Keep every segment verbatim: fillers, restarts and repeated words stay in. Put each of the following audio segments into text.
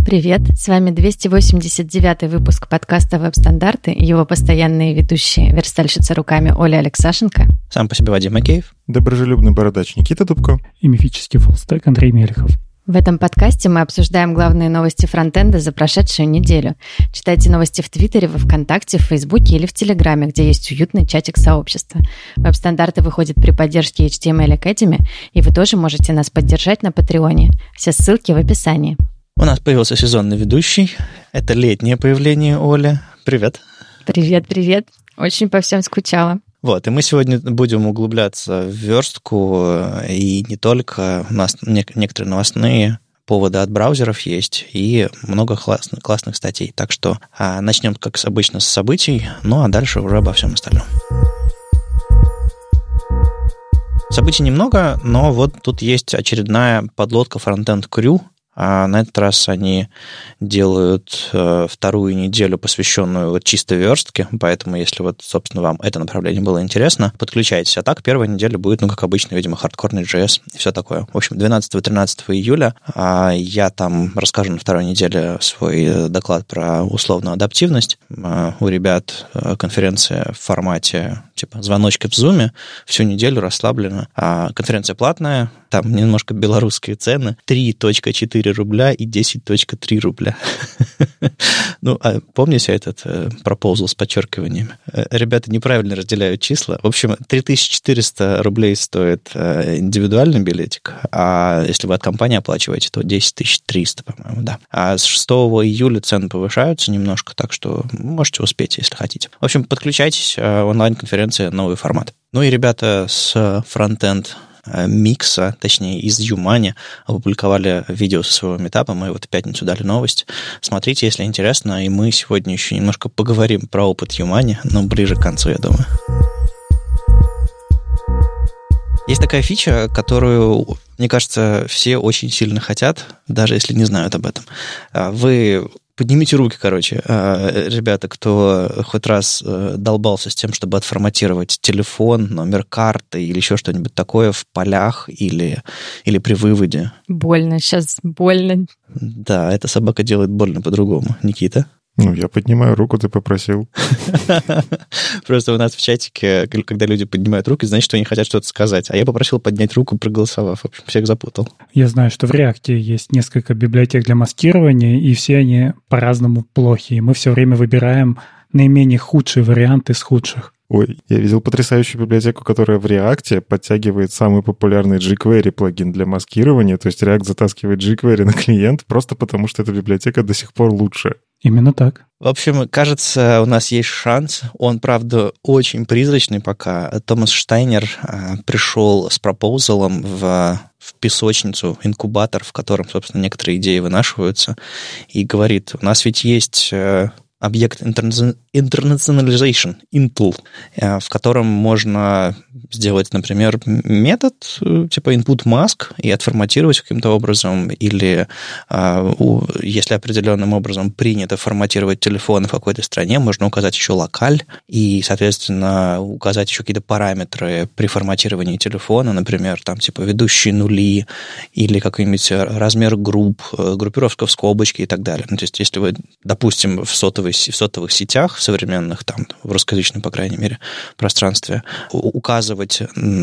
Привет, с вами двести восемьдесят девятый выпуск подкаста «Веб-стандарты», его постоянные ведущие, верстальщица руками Оля Алексашенко. Сам по себе Вадим Макеев. Доброжелюбный бородач Никита Дубко. И мифический фуллстек Андрей Мелехов. В этом подкасте мы обсуждаем главные новости фронтенда за прошедшую неделю. Читайте новости в Твиттере, во Вконтакте, в Фейсбуке или в Телеграме, где есть уютный чатик сообщества. Веб-стандарты выходят при поддержке эйч ти эм эль Academy, и вы тоже можете нас поддержать на Патреоне. Все ссылки в описании. У нас появился сезонный ведущий. Это летнее появление Оли. Привет. Привет, привет. Очень по всем скучала. Вот, и мы сегодня будем углубляться в верстку, и не только. У нас некоторые новостные поводы от браузеров есть, и много классных, классных статей. Так что а, начнем, как обычно, с событий, ну а дальше уже обо всем остальном. Событий немного, но вот тут есть очередная подлодка Frontend Crew. А на этот раз они делают э, вторую неделю, посвященную вот чисто верстке, поэтому если вот, собственно, вам это направление было интересно, подключайтесь. А так, первая неделя будет, ну, как обычно, видимо, хардкорный джей эс и все такое. В общем, двенадцатого-тринадцатого июля э, я там расскажу на второй неделе свой доклад про условную адаптивность. Э, у ребят конференция в формате типа звоночка в Zoom, всю неделю расслаблена. А конференция платная, там немножко белорусские цены, три целых четыре рубля и десять целых три рубля. Ну, а помните этот пропозал с подчеркиваниями? Ребята неправильно разделяют числа. В общем, три тысячи четыреста рублей стоит индивидуальный билетик, а если вы от компании оплачиваете, то десять тысяч триста, по-моему, да. А с шестого июля цены повышаются немножко, так что можете успеть, если хотите. В общем, подключайтесь, онлайн-конференция, новый формат. Ну и ребята с фронтенд Микса, точнее, из Юмани, опубликовали видео со своего митапа, мы вот в пятницу дали новость. Смотрите, если интересно, и мы сегодня еще немножко поговорим про опыт Юмани, но ближе к концу, я думаю. Есть такая фича, которую, мне кажется, все очень сильно хотят, даже если не знают об этом. Вы поднимите руки, короче, ребята, кто хоть раз долбался с тем, чтобы отформатировать телефон, номер карты или еще что-нибудь такое в полях или, или при выводе. Больно, сейчас больно. Да, эта собака делает больно по-другому. Никита? Ну, я поднимаю руку, ты попросил. Просто у нас в чатике, когда люди поднимают руки, значит, что они хотят что-то сказать. А я попросил поднять руку, проголосовав. В общем, всех запутал. Я знаю, что в React есть несколько библиотек для маскирования, и все они по-разному плохи. И мы все время выбираем наименее худший вариант из худших. Ой, я видел потрясающую библиотеку, которая в React подтягивает самый популярный jQuery плагин для маскирования. То есть React затаскивает jQuery на клиент просто потому, что эта библиотека до сих пор лучше. Именно так. В общем, кажется, у нас есть шанс. Он, правда, очень призрачный пока. Томас Штайнер а, пришел с пропозалом в, в песочницу, инкубатор, в котором, собственно, некоторые идеи вынашиваются, и говорит, у нас ведь есть объект internationalization, интл, в котором можно сделать, например, метод типа input mask и отформатировать каким-то образом, или если определенным образом принято форматировать телефон в какой-то стране, можно указать еще локаль и, соответственно, указать еще какие-то параметры при форматировании телефона, например, там типа ведущие нули или какой-нибудь размер групп, группировка в скобочке и так далее. Ну, то есть, если вы, допустим, в сотовой в сотовых сетях современных, там, в русскоязычном, по крайней мере, пространстве, указывать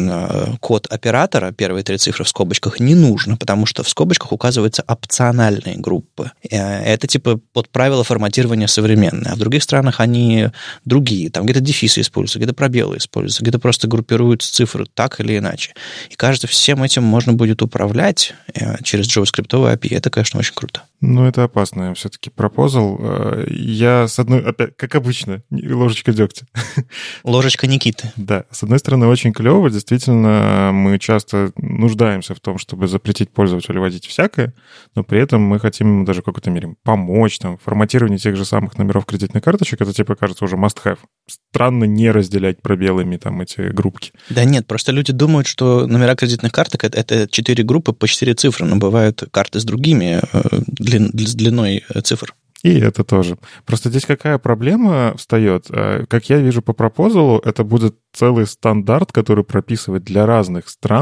код оператора, первые три цифры в скобочках, не нужно, потому что в скобочках указываются опциональные группы. Это типа под правила форматирования современные, а в других странах они другие. Там где-то дефисы используются, где-то пробелы используются, где-то просто группируются цифры так или иначе. И кажется, всем этим можно будет управлять через JavaScript эй пи ай. Это, конечно, очень круто. Ну, это опасно. Все-таки пропозал. Я, с одной, опять, как обычно, ложечка дегтя. Ложечка Никиты. Да. С одной стороны, очень клево. Действительно, мы часто нуждаемся в том, чтобы запретить пользователю вводить всякое, но при этом мы хотим ему даже в какой-то мере помочь. Там, форматирование тех же самых номеров кредитных карточек, это, типа, кажется, уже must-have. Странно не разделять пробелами там эти группки. Да нет, просто люди думают, что номера кредитных карток — это четыре группы по четыре цифры, но бывают карты с другими длин, с длиной цифр. И это тоже. Просто здесь какая проблема встает? Как я вижу по пропозалу, это будет целый стандарт, который прописывает для разных стран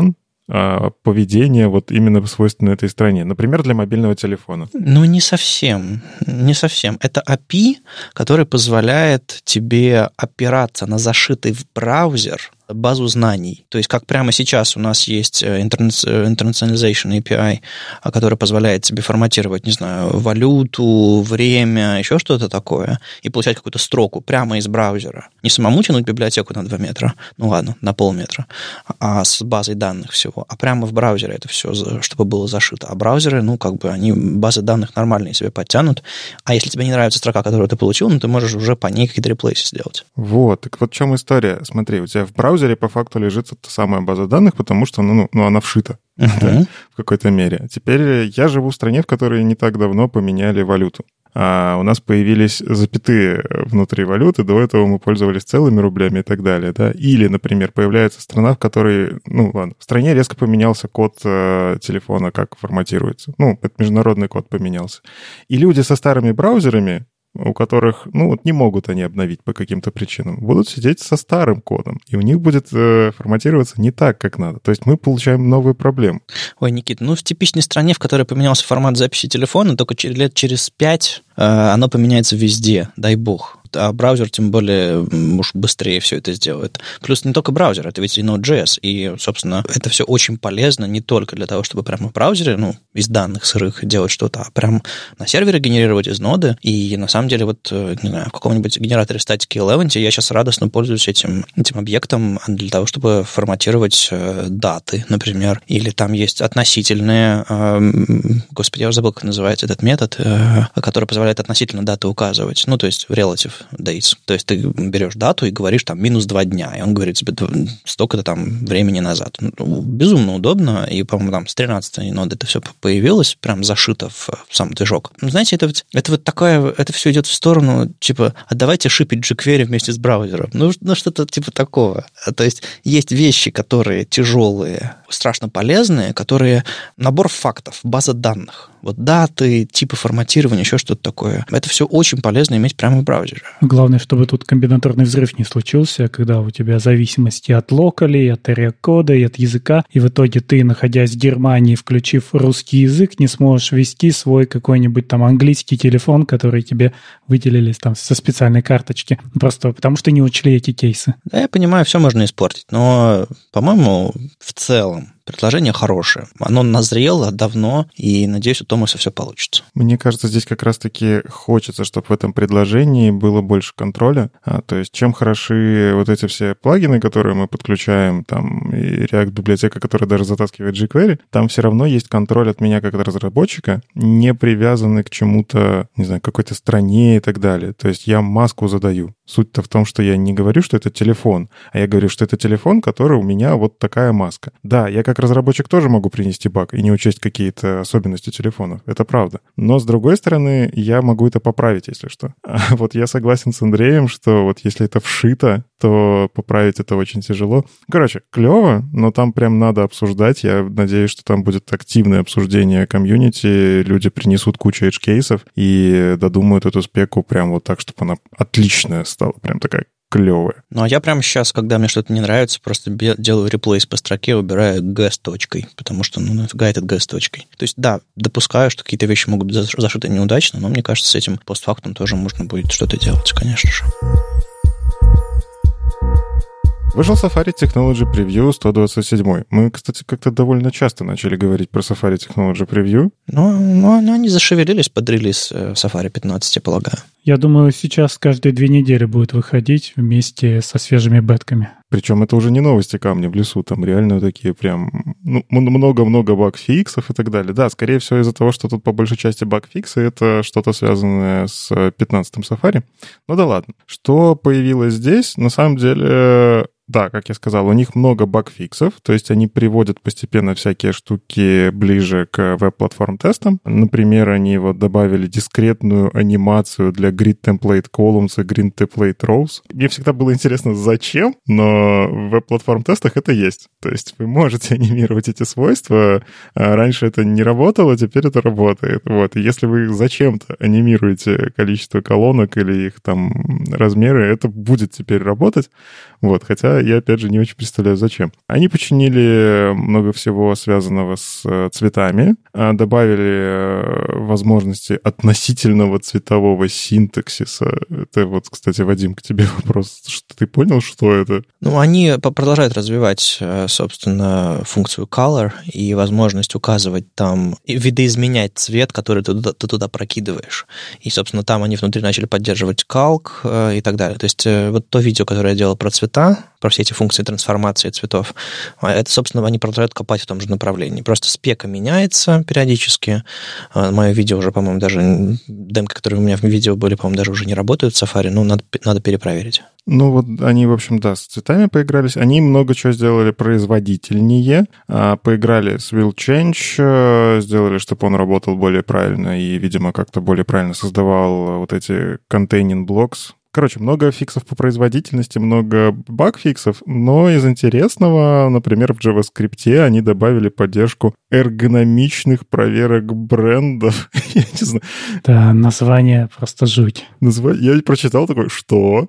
а, поведение вот именно свойственно этой стране. Например, для мобильного телефона. Ну, не совсем. Не совсем. Это эй пи ай, который позволяет тебе опираться на зашитый в браузер базу знаний. То есть, как прямо сейчас у нас есть Internationalization эй пи ай, который позволяет тебе форматировать, не знаю, валюту, время, еще что-то такое, и получать какую-то строку прямо из браузера. Не самому тянуть библиотеку на два метра, ну ладно, на полметра, а с базой данных всего, а прямо в браузере это все, чтобы было зашито. А браузеры, ну, как бы, они базы данных нормальные себе подтянут, а если тебе не нравится строка, которую ты получил, ну, ты можешь уже по ней какие-то реплейсы сделать. Вот, так вот в чем история. Смотри, у тебя в браузере по факту лежит та самая база данных, потому что ну, ну, она вшита uh-huh. да, в какой-то мере. Теперь я живу в стране, в которой не так давно поменяли валюту. А у нас появились запятые внутри валюты, до этого мы пользовались целыми рублями и так далее. Да? Или, например, появляется страна, в которой, ну ладно, в стране резко поменялся код э, телефона, как форматируется. Ну, это международный код поменялся. И люди со старыми браузерами, у которых, ну, вот не могут они обновить по каким-то причинам, будут сидеть со старым кодом, и у них будет э, форматироваться не так, как надо. То есть мы получаем новые проблемы. Ой, Никит, ну в типичной стране, в которой поменялся формат записи телефона, только через, лет через пять э, оно поменяется везде, дай бог. А браузер, тем более, уж быстрее все это сделает. Плюс не только браузер, это ведь и Node.js. И, собственно, это все очень полезно не только для того, чтобы прямо в браузере, ну, из данных сырых делать что-то, а прям на сервере генерировать из ноды. И, на самом деле, вот, не знаю, в каком-нибудь генераторе статики Eleven я сейчас радостно пользуюсь этим, этим объектом для того, чтобы форматировать э, даты, например. Или там есть относительные... Э, господи, я уже забыл, как называется этот метод, э, который позволяет относительно даты указывать. Ну, то есть в relative dates. То есть ты берешь дату и говоришь там минус два дня, и он говорит тебе столько-то там времени назад. Ну, безумно удобно, и, по-моему, там с тринадцатой ноды это все появилось, прям зашито в, в сам движок. Ну, знаете, это, это вот такое, это все идет в сторону, типа, а давайте шипить jQuery вместе с браузером. Ну, ну, что-то типа такого. То есть есть вещи, которые тяжелые, страшно полезные, которые набор фактов, база данных. Вот даты, типы форматирования, еще что-то такое. Это все очень полезно иметь прямо в браузере. Главное, чтобы тут комбинаторный взрыв не случился, когда у тебя зависимости от локалей, от area-кода и от языка, и в итоге ты, находясь в Германии, включив русский язык, не сможешь ввести свой какой-нибудь там английский телефон, который тебе выделили там со специальной карточки. Просто потому что не учли эти кейсы. Да, я понимаю, все можно испортить, но, по-моему, в целом предложение хорошее. Оно назрело давно, и, надеюсь, у Томаса все получится. Мне кажется, здесь как раз-таки хочется, чтобы в этом предложении было больше контроля. А, то есть чем хороши вот эти все плагины, которые мы подключаем, там, и React-библиотека, которая даже затаскивает jQuery, там все равно есть контроль от меня как от разработчика, не привязанный к чему-то, не знаю, какой-то стране и так далее. То есть я маску задаю. Суть-то в том, что я не говорю, что это телефон, а я говорю, что это телефон, который у меня вот такая маска. Да, я как разработчик тоже могу принести баг и не учесть какие-то особенности телефонов. Это правда. Но, с другой стороны, я могу это поправить, если что. А вот я согласен с Андреем, что вот если это вшито, то поправить это очень тяжело. Короче, клево, но там прям надо обсуждать. Я надеюсь, что там будет активное обсуждение комьюнити, люди принесут кучу эдж-кейсов и додумают эту спеку прям вот так, чтобы она отличная стала, прям такая клевая. Ну, а я прямо сейчас, когда мне что-то не нравится, просто делаю реплейс по строке, убираю g с точкой, потому что, ну, нафига этот g с точкой. То есть, да, допускаю, что какие-то вещи могут быть зашиты неудачно, но мне кажется, с этим постфактум тоже можно будет что-то делать, конечно же. Вышел Safari Technology Preview сто двадцать семь. Мы, кстати, как-то довольно часто начали говорить про Safari Technology Preview. Ну, ну, ну они зашевелились под релиз Safari пятнадцать, я полагаю. Я думаю, сейчас каждые две недели будет выходить вместе со свежими бетками. Причем это уже не новости камни в лесу, там реально такие прям ну, много-много баг-фиксов и так далее. Да, скорее всего из-за того, что тут по большей части баг-фиксы, это что-то связанное с пятнадцатым Safari. Ну да ладно. Что появилось здесь? На самом деле... Да, как я сказал, у них много баг-фиксов, то есть они приводят постепенно всякие штуки ближе к веб-платформ-тестам. Например, они вот добавили дискретную анимацию для grid template columns и grid template rows. Мне всегда было интересно, зачем, но но в веб-платформ-тестах это есть. То есть вы можете анимировать эти свойства. Раньше это не работало, теперь это работает. Вот. И если вы зачем-то анимируете количество колонок или их там размеры, это будет теперь работать. Вот. Хотя я, опять же, не очень представляю, зачем. Они починили много всего, связанного с цветами, добавили возможности относительного цветового синтаксиса. Это вот, кстати, Вадим, к тебе вопрос. Что ты понял, что это? Ну, они продолжают развивать, собственно, функцию color и возможность указывать там, видоизменять цвет, который ты туда, ты туда прокидываешь. И, собственно, там они внутри начали поддерживать калк и так далее. То есть вот то видео, которое я делал про цвета, про все эти функции трансформации цветов, это, собственно, они продолжают копать в том же направлении. Просто спека меняется периодически. Мое видео уже, по-моему, даже демки, которые у меня в видео были, по-моему, даже уже не работают в Safari, но надо, надо перепроверить. Ну вот они, в общем, да, с цветами поигрались. Они много чего сделали производительнее. Поиграли с Will Change, сделали, чтобы он работал более правильно и, видимо, как-то более правильно создавал вот эти containing blocks. Короче, много фиксов по производительности, много баг-фиксов, но из интересного, например, в JavaScript они добавили поддержку эргономичных проверок брендов. Я не знаю. Да, название просто жуть. Я прочитал такой, что?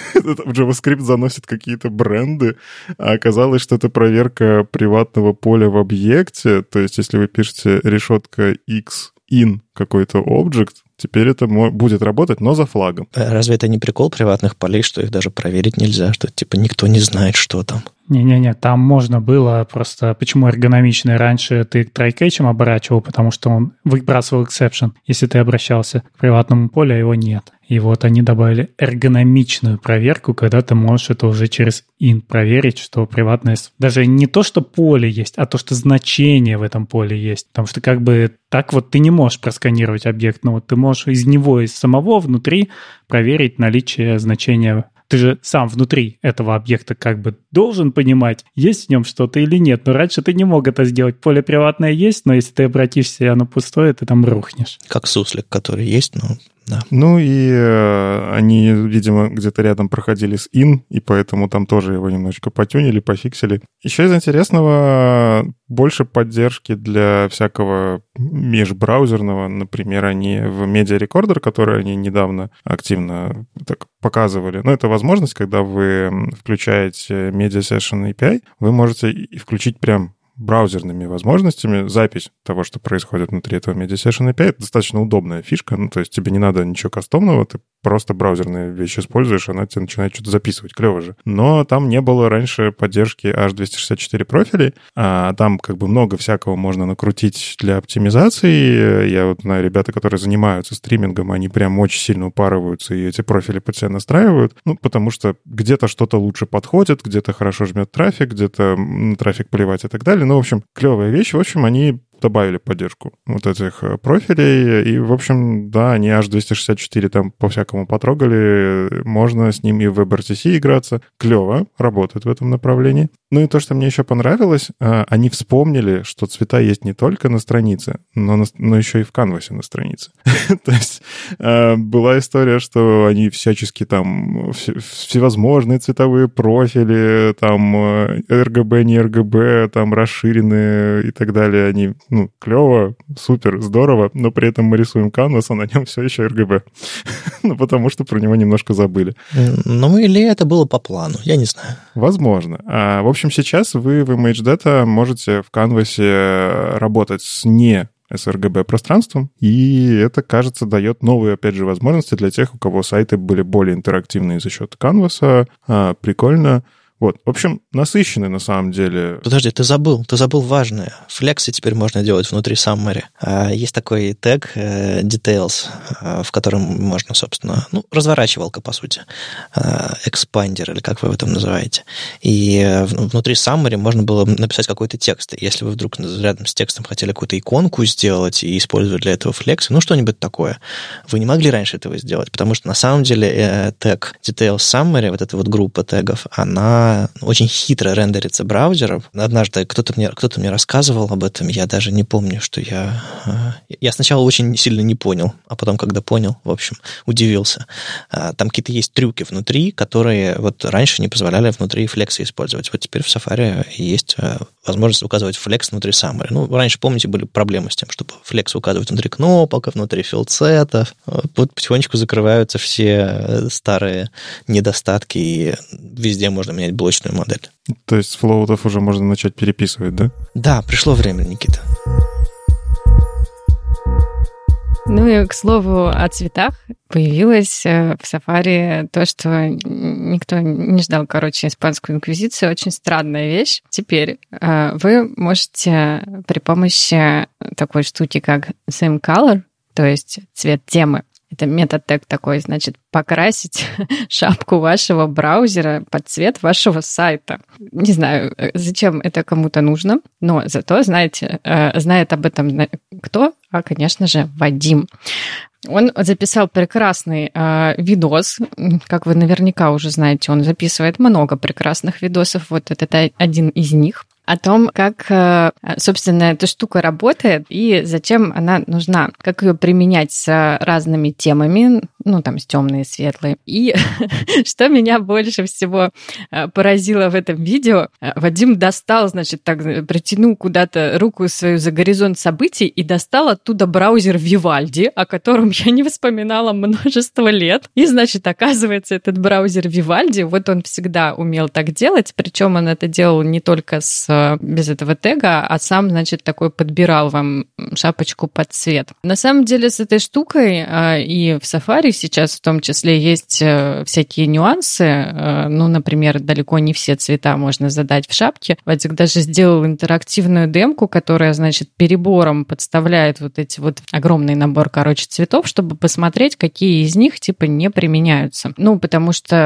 В JavaScript заносит какие-то бренды, а оказалось, что это проверка приватного поля в объекте. То есть, если вы пишете решетка X in какой-то объект, теперь это будет работать, но за флагом. Разве это не прикол приватных полей, что их даже проверить нельзя, что типа никто не знает, что там? Не-не-не, там можно было просто... Почему эргономичный? Раньше ты try-catch'ем оборачивал, потому что он выбрасывал exception, если ты обращался к приватному полю, а его нет. И вот они добавили эргономичную проверку, когда ты можешь это уже через in проверить, что приватное... Даже не то, что поле есть, а то, что значение в этом поле есть. Потому что как бы так вот ты не можешь просканировать объект, но вот ты можешь из него, из самого внутри проверить наличие значения. Ты же сам внутри этого объекта как бы должен понимать, есть в нем что-то или нет. Но раньше ты не мог это сделать. Поле приватное есть, но если ты обратишься, и оно пустое, ты там рухнешь. Как суслик, который есть, но... Да. Ну и э, они, видимо, где-то рядом проходили с in, и поэтому там тоже его немножечко потюнили, пофиксили. Еще из интересного больше поддержки для всякого межбраузерного. Например, они в Media Recorder, который они недавно активно так показывали. Ну, это возможность, когда вы включаете Media Session эй пи ай, вы можете включить прям браузерными возможностями запись того, что происходит внутри этого Media Session эй пи ай. Это достаточно удобная фишка, ну, то есть тебе не надо ничего кастомного, ты просто браузерные вещи используешь, она тебе начинает что-то записывать, клево же. Но там не было раньше поддержки эйч двести шестьдесят четыре профилей, а там как бы много всякого можно накрутить для оптимизации. Я вот знаю, ребята, которые занимаются стримингом, они прям очень сильно упарываются и эти профили под себя настраивают, ну, потому что где-то что-то лучше подходит, где-то хорошо жмет трафик, где-то на трафик поливать и так далее. Ну, в общем, клевая вещь. В общем, они добавили поддержку вот этих профилей. И, в общем, да, они эйч двести шестьдесят четыре там по-всякому потрогали. Можно с ними в WebRTC играться. Клево, работает в этом направлении. Ну и то, что мне еще понравилось, они вспомнили, что цвета есть не только на странице, но, на, но еще и в канвасе на странице. То есть была история, что они всячески там всевозможные цветовые профили, там эр джи би, не эр джи би, там расширенные и так далее, они ну, клево, супер, здорово, но при этом мы рисуем канвас, а на нем все еще эр джи би. Ну, потому что про него немножко забыли. Ну, или это было по плану, я не знаю. Возможно. А, в общем, сейчас вы в ImageData можете в канвасе работать с не эс эр джи би-пространством, и это, кажется, дает новые, опять же, возможности для тех, у кого сайты были более интерактивные за счет канваса. А, прикольно. Вот, в общем, насыщенный на самом деле. Подожди, ты забыл, ты забыл важное. Флексы теперь можно делать внутри Summary. Есть такой тег Details, в котором можно, собственно, ну, разворачивалка, по сути, экспандер, или как вы это называете. И внутри Summary можно было написать какой-то текст. Если вы вдруг рядом с текстом хотели какую-то иконку сделать и использовать для этого флексы, ну, что-нибудь такое, вы не могли раньше этого сделать, потому что на самом деле тег Details Summary, вот эта вот группа тегов, она она очень хитро рендерится браузером. Однажды кто-то мне, кто-то мне рассказывал об этом, я даже не помню, что я... Я сначала очень сильно не понял, а потом, когда понял, в общем, удивился. Там какие-то есть трюки внутри, которые вот раньше не позволяли внутри флекса использовать. Вот теперь в Safari есть возможность указывать флекс внутри Summary. Ну, раньше, помните, были проблемы с тем, чтобы флекс указывать внутри кнопок, внутри филдсетов. Вот потихонечку закрываются все старые недостатки, и везде можно менять блочную модель. То есть с флоутов уже можно начать переписывать, да? Да, пришло время, Никита. Ну и, к слову, о цветах появилось в Safari то, что никто не ждал, короче, испанскую инквизицию. Очень странная вещь. Теперь вы можете при помощи такой штуки, как Theme Color, то есть цвет темы, это метатег такой, значит, покрасить шапку вашего браузера под цвет вашего сайта. Не знаю, зачем это кому-то нужно, но зато, знаете, знает об этом кто? А, конечно же, Вадим. Он записал прекрасный э, видос, как вы наверняка уже знаете, он записывает много прекрасных видосов, вот это один из них, о том, как, собственно, эта штука работает и зачем она нужна, как ее применять с разными темами, ну, там, с темные, светлые. И что меня больше всего поразило в этом видео, Вадим достал, значит, так, протянул куда-то руку свою за горизонт событий и достал оттуда браузер Vivaldi, о котором я не вспоминала множество лет. И, значит, оказывается, этот браузер Vivaldi, вот он всегда умел так делать, причем он это делал не только с без этого тега, а сам, значит, такой подбирал вам шапочку под цвет. На самом деле с этой штукой и в Safari сейчас в том числе есть всякие нюансы. Ну, например, далеко не все цвета можно задать в шапке. Вадик даже сделал интерактивную демку, которая, значит, перебором подставляет вот эти вот огромный набор, короче, цветов, чтобы посмотреть, какие из них, типа, не применяются. Ну, потому что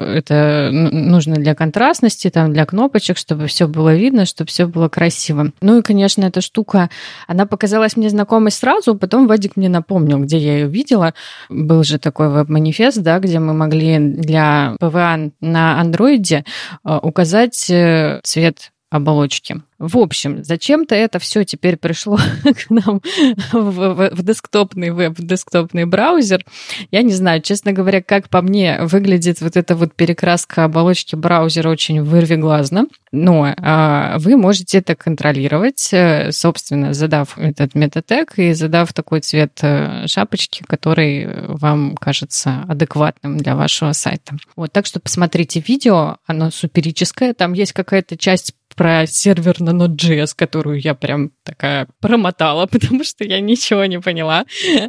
это нужно для контрастности, там, для кнопочек, чтобы все было видно, чтобы все было красиво. Ну и, конечно, эта штука, она показалась мне знакомой сразу, потом Вадик мне напомнил, где я ее видела. Был же такой веб-манифест, да, где мы могли для пи ви эй на андроиде указать цвет оболочки. В общем, зачем-то это все теперь пришло к нам в, в, в десктопный веб, в десктопный браузер. Я не знаю, честно говоря, как по мне выглядит вот эта вот перекраска оболочки браузера очень вырвиглазно, но а, вы можете это контролировать, собственно, задав этот метатег и задав такой цвет шапочки, который вам кажется адекватным для вашего сайта. Вот, так что посмотрите видео, оно суперическое, там есть какая-то часть про сервер на Node.js, которую я прям такая промотала, потому что я ничего не поняла.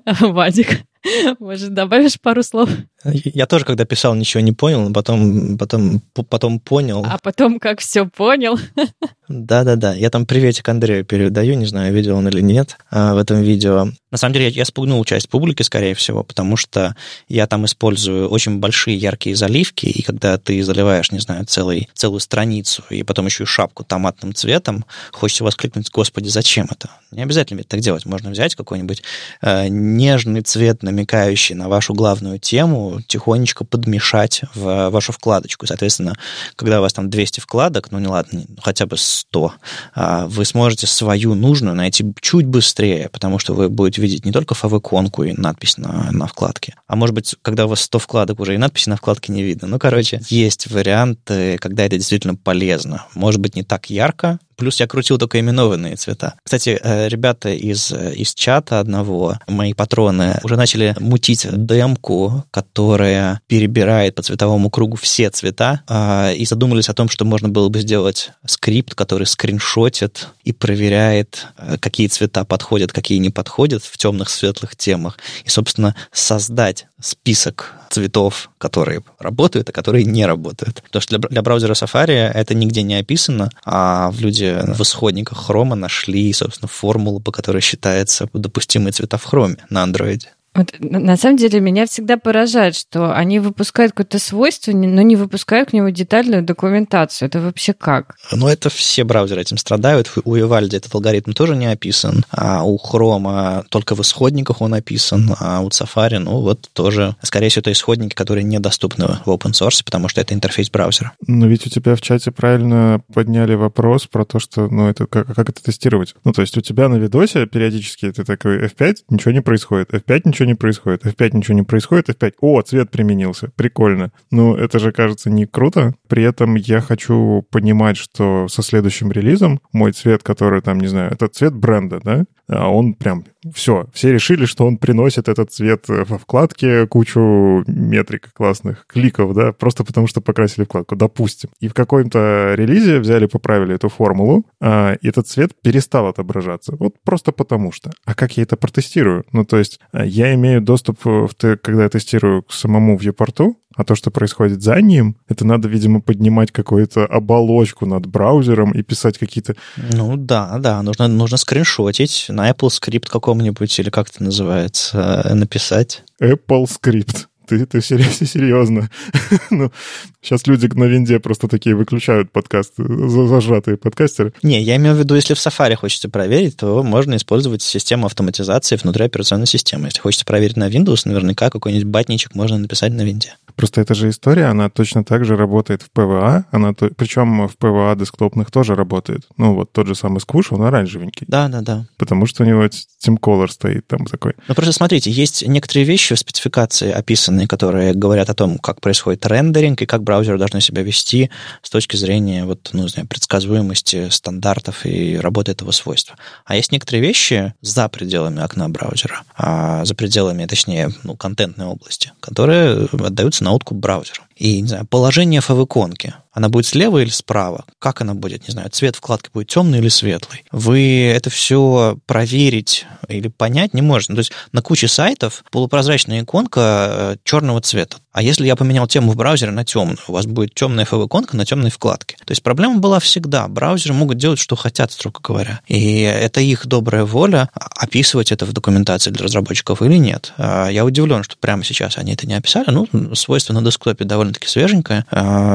Вадик, может, добавишь пару слов? Я тоже, когда писал, ничего не понял, но потом, потом, потом понял. А потом как все понял? Да-да-да. Я там приветик Андрею передаю, не знаю, видел он или нет в этом видео. На самом деле, я, я спугнул часть публики, скорее всего, потому что я там использую очень большие яркие заливки, и когда ты заливаешь, не знаю, целый, целую страницу, и потом еще и шапку томатным цветом, хочется воскликнуть: «Господи, зачем это?» Не обязательно так делать. Можно взять какой-нибудь э, нежный цвет, намекающий на вашу главную тему, тихонечко подмешать в вашу вкладочку. Соответственно, когда у вас там двести вкладок, ну не ладно, хотя бы сто, вы сможете свою нужную найти чуть быстрее, потому что вы будете видеть не только фавиконку и надпись на, на вкладке, а может быть, когда у вас сто вкладок, уже и надписи на вкладке не видно. Ну, короче, есть варианты, когда это действительно полезно. Может быть, не так ярко. Плюс я крутил только именованные цвета. Кстати, ребята из, из чата одного, мои патроны, уже начали мутить демку, которая перебирает по цветовому кругу все цвета, и задумались о том, что можно было бы сделать скрипт, который скриншотит и проверяет, какие цвета подходят, какие не подходят в темных, светлых темах, и, собственно, создать список цветов, которые работают, а которые не работают. Потому что для, для браузера Safari это нигде не описано, а люди в исходниках Chrome нашли, собственно, формулу, по которой считается допустимые цвета в Chrome на Android. Вот, на самом деле меня всегда поражает, что они выпускают какое-то свойство, но не выпускают к нему детальную документацию. Это вообще как? Ну, это все браузеры этим страдают. У Vivaldi этот алгоритм тоже не описан, а у Chrome только в исходниках он описан, а у Safari, ну, вот тоже, скорее всего, это исходники, которые недоступны в open source, потому что это интерфейс браузера. Но ведь у тебя в чате правильно подняли вопрос про то, что, ну, это как, как это тестировать? Ну, то есть у тебя на видосе периодически ты такой эф пять, ничего не происходит, эф пять, ничего не происходит, эф пять, ничего не происходит, эф пять, о, цвет применился, прикольно. Ну, это же, кажется, не круто. При этом я хочу понимать, что со следующим релизом мой цвет, который там, не знаю, это цвет бренда, да, а он прям все, все решили, что он приносит этот цвет во вкладке кучу метрик классных, кликов, да, просто потому что покрасили вкладку, допустим. И в каком-то релизе взяли, поправили эту формулу, а, и этот цвет перестал отображаться. Вот просто потому что. А как я это протестирую? Ну, то есть я имею доступ, в, когда я тестирую к самому вьюпорту, а то, что происходит за ним, это надо, видимо, поднимать какую-то оболочку над браузером и писать какие-то... Ну да, да, нужно, нужно скриншотить, на Apple скрипт каком-нибудь, или как это называется, написать. Apple скрипт. Ты, ты серьезно? Ну, сейчас люди на винде просто такие выключают подкасты, зажатые подкастеры. Не, я имею в виду, если в Safari хочется проверить, то можно использовать систему автоматизации внутри операционной системы. Если хочется проверить на Windows, наверняка какой-нибудь батничек можно написать на винде. Просто эта же история, она точно так же работает в пи ви эй, она то, причем в пи ви эй десктопных тоже работает. Ну, вот тот же самый Squoosh, он оранжевенький. Да, да, да. Потому что у него Team Color стоит там такой. Ну, просто смотрите, есть некоторые вещи в спецификации описаны, которые говорят о том, как происходит рендеринг и как браузеры должны себя вести с точки зрения вот, ну, не знаю, предсказуемости стандартов и работы этого свойства. А есть некоторые вещи за пределами окна браузера, а за пределами, точнее, ну, контентной области, которые отдаются на откуп браузеру. И, не знаю, положение фав-иконки, она будет слева или справа? Как она будет? Не знаю, цвет вкладки будет темный или светлый? Вы это все проверить или понять не можете. Ну, то есть на куче сайтов полупрозрачная иконка черного цвета. А если я поменял тему в браузере на темную, у вас будет темная фав-иконка на темной вкладке. То есть проблема была всегда. Браузеры могут делать, что хотят, строго говоря. И это их добрая воля описывать это в документации для разработчиков или нет. Я удивлен, что прямо сейчас они это не описали. Ну, свойство на десктопе довольно-таки свеженькое.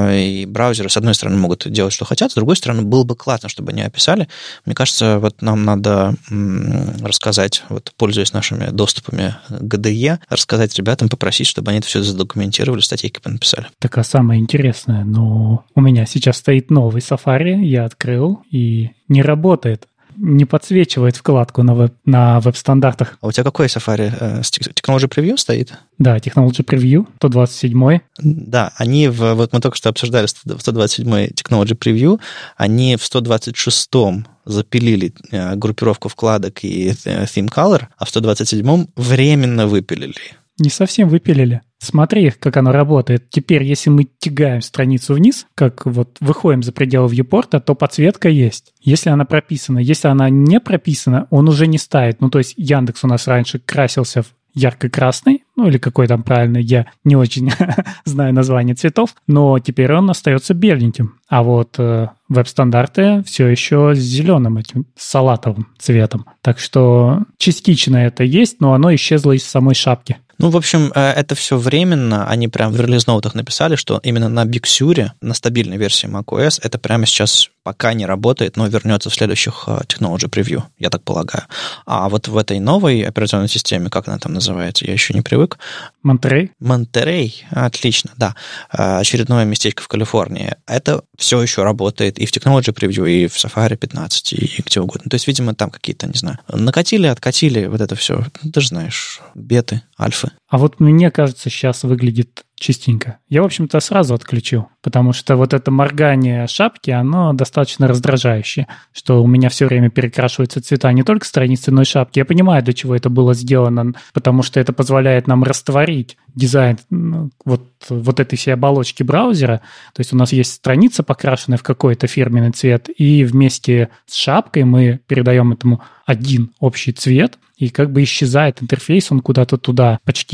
И браузеры, с одной стороны, могут делать, что хотят, с другой стороны, было бы классно, чтобы они описали. Мне кажется, вот нам надо рассказать, вот, пользуясь нашими доступами к ди и, рассказать ребятам, попросить, чтобы они это все задокументировали, статейки понаписали. Так, а самое интересное, ну, у меня сейчас стоит новый Safari, я открыл, и не работает. Не подсвечивает вкладку на, веб, на веб-стандартах. А у тебя какой Safari? Technology Preview стоит? Да, Technology Preview, сто двадцать седьмой. Да, они, в, вот мы только что обсуждали сто двадцать седьмой Technology Preview, они в сто двадцать шестом запилили группировку вкладок и theme color, а в сто двадцать седьмом временно выпилили. Не совсем выпилили. Смотри, как оно работает. Теперь, если мы тягаем страницу вниз, как вот выходим за пределы вьюпорта, то подсветка есть. Если она прописана. Если она не прописана, он уже не ставит. Ну, то есть Яндекс у нас раньше красился в ярко-красный, ну или какой там правильный, я не очень знаю название цветов, но теперь он остается беленьким. А вот э, веб-стандарты все еще с зеленым этим, с салатовым цветом. Так что частично это есть, но оно исчезло из самой шапки. Ну, в общем, это все временно. Они прям в релиз-ноутах написали, что именно на Big Sur, на стабильной версии macOS, это прямо сейчас пока не работает, но вернется в следующих Technology Preview, я так полагаю. А вот в этой новой операционной системе, как она там называется, я еще не привык. Монтерей? Монтерей, отлично, да. Очередное местечко в Калифорнии. Это все еще работает и в Technology Preview, и в Safari пятнадцать, и где угодно. То есть, видимо, там какие-то, не знаю, накатили, откатили, вот это все. Ты же знаешь, беты, альфы. А вот мне кажется, сейчас выглядит чистенько. Я, в общем-то, сразу отключил, потому что вот это моргание шапки, оно достаточно раздражающее, что у меня все время перекрашиваются цвета не только страницы, но и шапки. Я понимаю, для чего это было сделано, потому что это позволяет нам растворить дизайн вот, вот этой всей оболочки браузера. То есть у нас есть страница, покрашенная в какой-то фирменный цвет, и вместе с шапкой мы передаем этому один общий цвет, и как бы исчезает интерфейс, он куда-то туда почти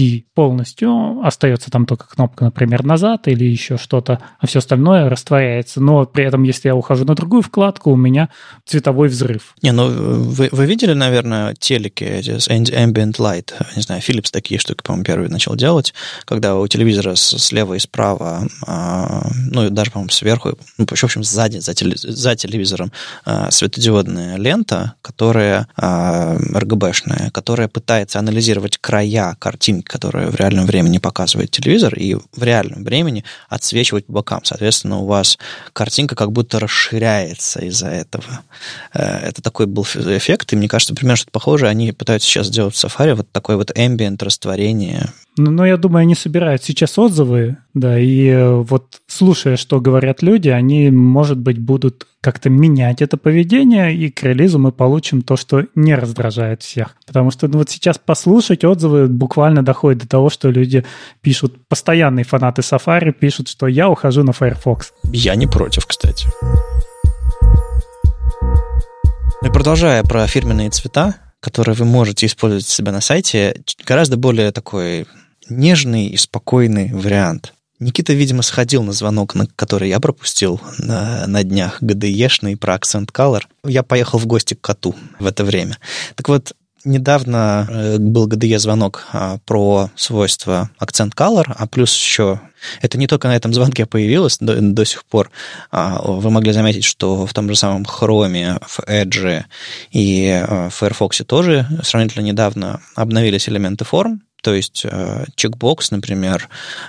уйти полностью, остается там только кнопка, например, назад или еще что-то, а все остальное растворяется. Но при этом, если я ухожу на другую вкладку, у меня цветовой взрыв. Не, ну вы, вы видели, наверное, телеки, эти Ambient Light, не знаю, Philips такие штуки, по-моему, первый начал делать, когда у телевизора слева и справа, ну и даже, по-моему, сверху, ну, в общем, сзади, за, теле, за телевизором светодиодная лента, которая эр джи би-шная, которая пытается анализировать края картинки, которые в реальном времени показывает телевизор, и в реальном времени отсвечивать по бокам. Соответственно, у вас картинка как будто расширяется из-за этого. Это такой был эффект, и мне кажется, примерно что-то похожее они пытаются сейчас сделать в Safari, вот такое вот ambient растворение. Ну, но я думаю, они собирают сейчас отзывы, да, и вот слушая, что говорят люди, они, может быть, будут как-то менять это поведение, и к релизу мы получим то, что не раздражает всех. Потому что ну, вот сейчас послушать отзывы буквально доходит до того, что люди пишут, постоянные фанаты Safari пишут, что я ухожу на Firefox. Я не против, кстати. И продолжая про фирменные цвета, которые вы можете использовать у себя на сайте, гораздо более такой нежный и спокойный вариант. Никита, видимо, сходил на звонок, на который я пропустил на, на днях, джи ди и-шный про Accent Color. Я поехал в гости к коту в это время. Так вот, недавно был джи ди и-звонок про свойства Accent Color, а плюс еще... Это не только на этом звонке появилось до, до сих пор. Вы могли заметить, что в том же самом Chrome, в Edge и в Firefox тоже сравнительно недавно обновились элементы форм. То есть чекбокс, например,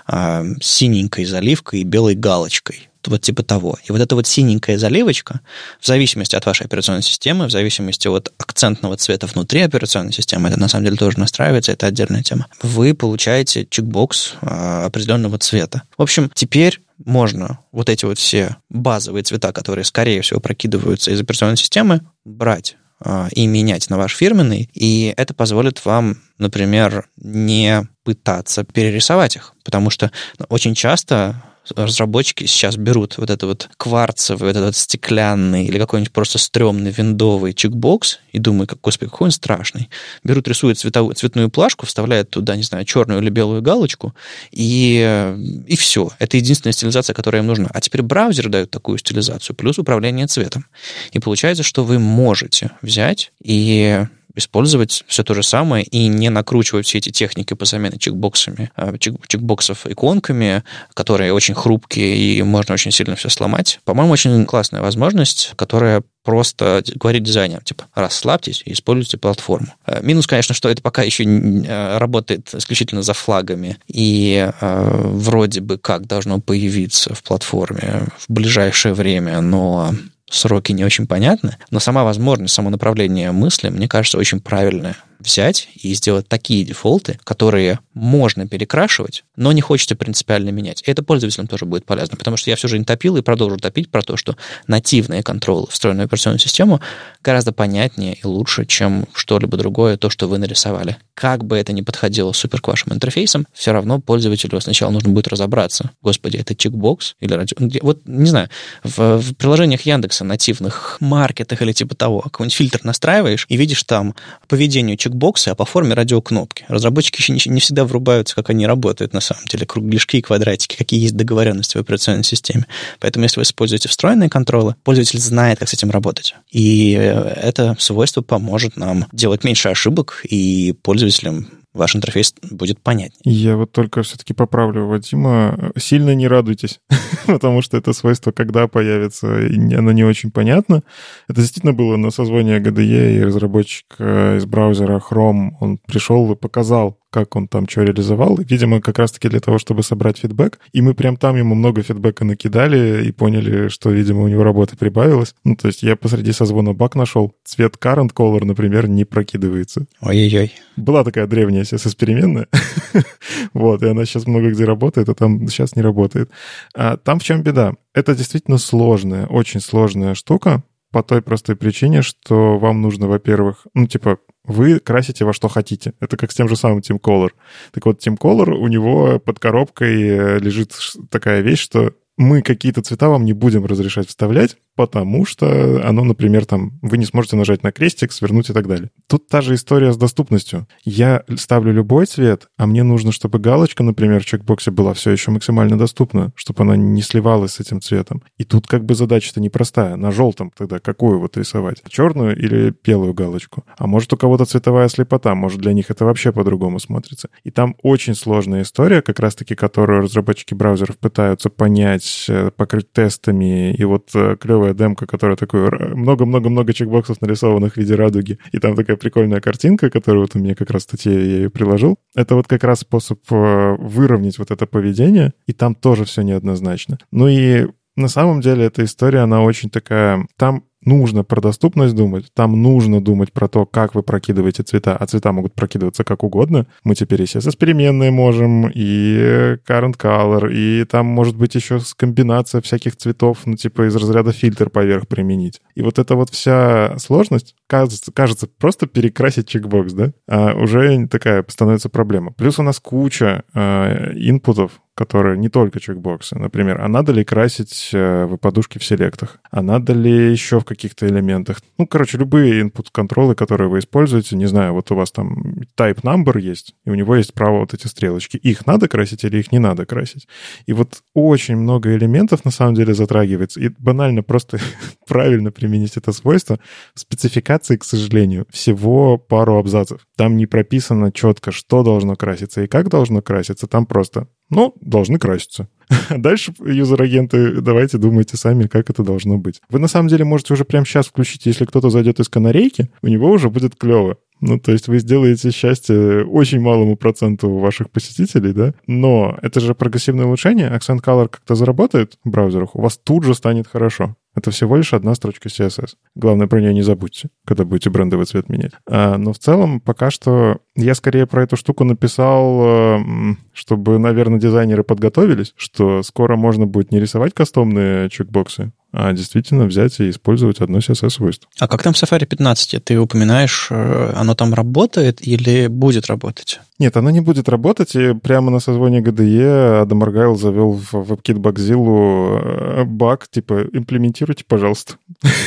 с синенькой заливкой и белой галочкой. Вот типа того. И вот эта вот синенькая заливочка, в зависимости от вашей операционной системы, в зависимости от акцентного цвета внутри операционной системы, это на самом деле тоже настраивается, это отдельная тема, вы получаете чекбокс определенного цвета. В общем, теперь можно вот эти вот все базовые цвета, которые, скорее всего, прокидываются из операционной системы, брать и менять на ваш фирменный, и это позволит вам, например, не пытаться перерисовать их, потому что очень часто разработчики сейчас берут вот этот вот кварцевый, вот этот вот стеклянный или какой-нибудь просто стрёмный виндовый чекбокс и думают, как, господи, какой он страшный. Берут, рисуют цветовую, цветную плашку, вставляют туда, не знаю, черную или белую галочку, и, и все. Это единственная стилизация, которая им нужна. А теперь браузер дает такую стилизацию, плюс управление цветом. И получается, что вы можете взять и использовать все то же самое и не накручивать все эти техники по замене чекбоксами, чек, чекбоксов иконками, которые очень хрупкие и можно очень сильно все сломать. По-моему, очень классная возможность, которая просто говорит дизайнерам, типа, расслабьтесь и используйте платформу. Минус, конечно, что это пока еще работает исключительно за флагами и э, вроде бы как должно появиться в платформе в ближайшее время, но сроки не очень понятны, но сама возможность, само направление мысли, мне кажется, очень правильное. Взять и сделать такие дефолты, которые можно перекрашивать, но не хочется принципиально менять. И это пользователям тоже будет полезно, потому что я все же не топил и продолжу топить про то, что нативные контролы, встроенную операционную систему, гораздо понятнее и лучше, чем что-либо другое, то, что вы нарисовали. Как бы это ни подходило супер к вашим интерфейсам, все равно пользователю сначала нужно будет разобраться. Господи, это чекбокс или радио... Вот, не знаю, в, в приложениях Яндекса, нативных маркетах или типа того, какой-нибудь фильтр настраиваешь и видишь там по поведению чекбоксы, а по форме радиокнопки. Разработчики еще не, не всегда врубаются, как они работают на самом деле, кругляшки и квадратики, какие есть договоренности в операционной системе. Поэтому если вы используете встроенные контролы, пользователь знает, как с этим работать. И это свойство поможет нам делать меньше ошибок, и пользователям ваш интерфейс будет понятнее. Я вот только все-таки поправлю Вадима. Сильно не радуйтесь, потому что это свойство, когда появится, оно не очень понятно. Это действительно было на созвоне джи ди и, и разработчик из браузера Chrome, он пришел и показал, как он там что реализовал. И, видимо, как раз-таки для того, чтобы собрать фидбэк. И мы прям там ему много фидбэка накидали и поняли, что, видимо, у него работы прибавилось. Ну, то есть я посреди созвона баг нашел. Цвет current color, например, не прокидывается. Ой-ой-ой. Была такая древняя си эс эс-переменная. Вот, и она сейчас много где работает, а там сейчас не работает. А там в чем беда? Это действительно сложная, очень сложная штука по той простой причине, что вам нужно, во-первых, ну, типа, вы красите во что хотите. Это как с тем же самым Team Color. Так вот, Team Color, у него под коробкой лежит такая вещь, что мы какие-то цвета вам не будем разрешать вставлять, потому что оно, например, там, вы не сможете нажать на крестик, свернуть и так далее. Тут та же история с доступностью. Я ставлю любой цвет, а мне нужно, чтобы галочка, например, в чекбоксе была все еще максимально доступна, чтобы она не сливалась с этим цветом. И тут как бы задача-то непростая. На желтом тогда какую вот рисовать? Черную или белую галочку? А может, у кого-то цветовая слепота, может, для них это вообще по-другому смотрится. И там очень сложная история, как раз-таки, которую разработчики браузеров пытаются понять, покрыть тестами, и вот клевая демка, которая такой много-много-много чекбоксов нарисованных в виде радуги, и там такая прикольная картинка, которую вот у меня как раз в статье я ее приложил. Это вот как раз способ выровнять вот это поведение, и там тоже все неоднозначно. Ну и на самом деле эта история, она очень такая... Там нужно про доступность думать, там нужно думать про то, как вы прокидываете цвета, а цвета могут прокидываться как угодно. Мы теперь и си эс эс-переменные можем, и current color, и там может быть еще комбинация всяких цветов, ну типа из разряда фильтр поверх применить. И вот эта вот вся сложность, кажется, кажется просто перекрасить чекбокс, да, а уже такая становится проблема. Плюс у нас куча э, инпутов, которые не только чекбоксы. Например, а надо ли красить э, подушки в селектах? А надо ли еще в каких-то элементах? Ну, короче, любые input-контролы, которые вы используете, не знаю, вот у вас там type number есть, и у него есть право вот эти стрелочки. Их надо красить или их не надо красить? И вот очень много элементов на самом деле затрагивается. И банально просто правильно применить это свойство. В спецификации, к сожалению, всего пару абзацев. Там не прописано четко, что должно краситься и как должно краситься. Там просто... Ну, должны краситься. Дальше, юзер-агенты, давайте думайте сами, как это должно быть. Вы, на самом деле, можете уже прямо сейчас включить, если кто-то зайдет из канарейки, у него уже будет клево. Ну, то есть вы сделаете счастье очень малому проценту ваших посетителей, да? Но это же прогрессивное улучшение. Accent Color как-то заработает в браузерах, у вас тут же станет хорошо. Это всего лишь одна строчка си эс эс. Главное, про нее не забудьте, когда будете брендовый цвет менять. А, но в целом пока что я скорее про эту штуку написал, чтобы, наверное, дизайнеры подготовились, что скоро можно будет не рисовать кастомные чекбоксы, а действительно взять и использовать одно си эс эс-свойство. А как там в Safari пятнадцать? Ты упоминаешь, оно там работает или будет работать? Нет, оно не будет работать, и прямо на созвоне джи ди и Адам Аргайл завел в WebKit Bugzilla баг, типа, имплементируйте, пожалуйста.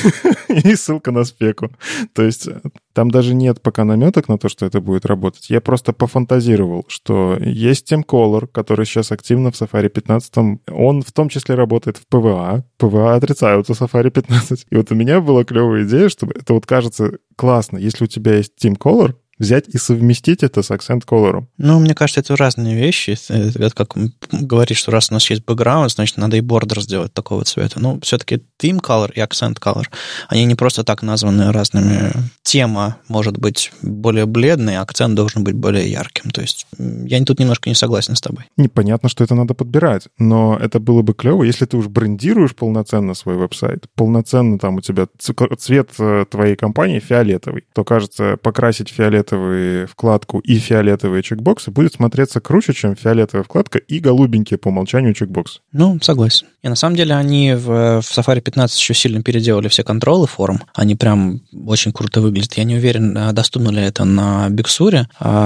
И ссылка на спеку. То есть там даже нет пока наметок на то, что это будет работать. Я просто пофантазировал, что есть ThemeColor, который сейчас активно в Safari пятнадцать. Он в том числе работает в пи ви эй. пи ви эй отрицают у Safari пятнадцать. И вот у меня была клевая идея, что это вот кажется классно, если у тебя есть ThemeColor, взять и совместить это с Accent Color. Ну, мне кажется, это разные вещи. Это как говорить, что раз у нас есть бэкграунд, значит, надо и бордер сделать такого цвета. Ну, все-таки Theme Color и Accent Color, они не просто так названы разными. Тема может быть более бледной, а акцент должен быть более ярким. То есть я тут немножко не согласен с тобой. Непонятно, что это надо подбирать, но это было бы клево, если ты уж брендируешь полноценно свой веб-сайт, полноценно там у тебя цвет твоей компании фиолетовый, то, кажется, покрасить фиолетовый вкладку и фиолетовые чекбоксы будет смотреться круче, чем фиолетовая вкладка и голубенькие по умолчанию чекбоксы. Ну, согласен. И на самом деле они в, в Safari пятнадцать еще сильно переделали все контролы форм. Они прям очень круто выглядят. Я не уверен, доступно ли это на Big Sur,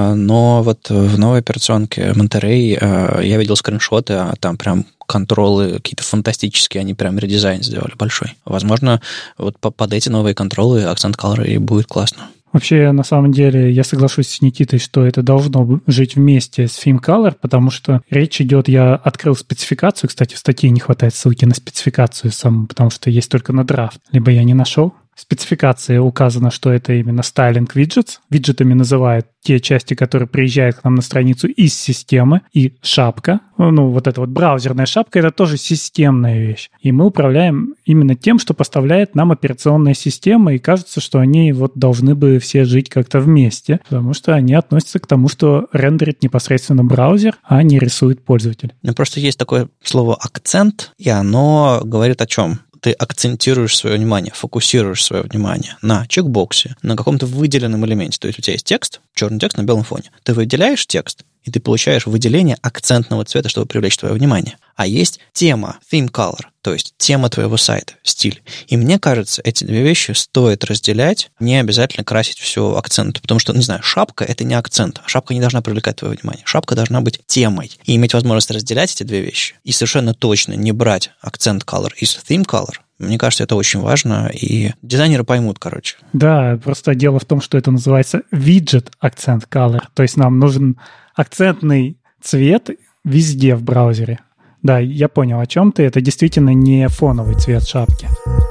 но вот в новой операционке Monterey я видел скриншоты, а там прям контролы какие-то фантастические, они прям редизайн сделали большой. Возможно, вот под эти новые контролы Accent Color и будет классно. Вообще, на самом деле, я соглашусь с Никитой, что это должно жить вместе с Theme Color, потому что речь идет, я открыл спецификацию, кстати, в статье не хватает ссылки на спецификацию саму, потому что есть только на драфт, либо я не нашел. В спецификации указано, что это именно styling widgets. Виджетами называют те части, которые приезжают к нам на страницу из системы. И шапка, ну вот эта вот браузерная шапка, это тоже системная вещь. И мы управляем именно тем, что поставляет нам операционная система. И кажется, что они вот должны бы все жить как-то вместе, потому что они относятся к тому, что рендерит непосредственно браузер, а не рисует пользователь. Ну, просто есть такое слово «акцент», и оно говорит о чем? Ты акцентируешь свое внимание, фокусируешь свое внимание на чекбоксе, на каком-то выделенном элементе. То есть у тебя есть текст, черный текст на белом фоне. Ты выделяешь текст, и ты получаешь выделение акцентного цвета, чтобы привлечь твое внимание. А есть тема, theme color, то есть тема твоего сайта, стиль. И мне кажется, эти две вещи стоит разделять, не обязательно красить все акцентом, потому что, не знаю, шапка — это не акцент, а шапка не должна привлекать твое внимание. Шапка должна быть темой. И иметь возможность разделять эти две вещи и совершенно точно не брать акцент color из theme color, Мне кажется, это очень важно, и дизайнеры поймут, короче. Да, просто дело в том, что это называется widget accent color, то есть нам нужен акцентный цвет везде в браузере. Да, я понял, о чем ты. Это действительно не фоновый цвет шапки.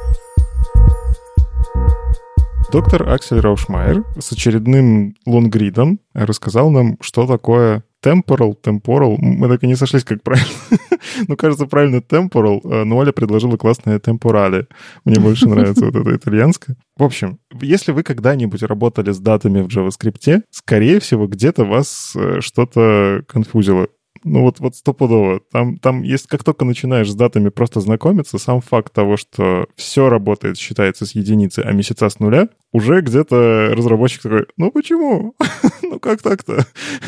Доктор Аксель Раушмайер с очередным лонгридом рассказал нам, что такое temporal, temporal. Мы так и не сошлись, как правильно. Ну, кажется, правильно temporal, но Оля предложила классное temporale. Мне больше нравится вот это итальянское. В общем, если вы когда-нибудь работали с датами в JavaScript, скорее всего, где-то вас что-то конфузило. Ну вот, вот стопудово. Там, там есть, как только начинаешь с датами просто знакомиться, сам факт того, что все работает, считается с единицы, а месяца с нуля, уже где-то разработчик такой, ну почему? Ну как так-то?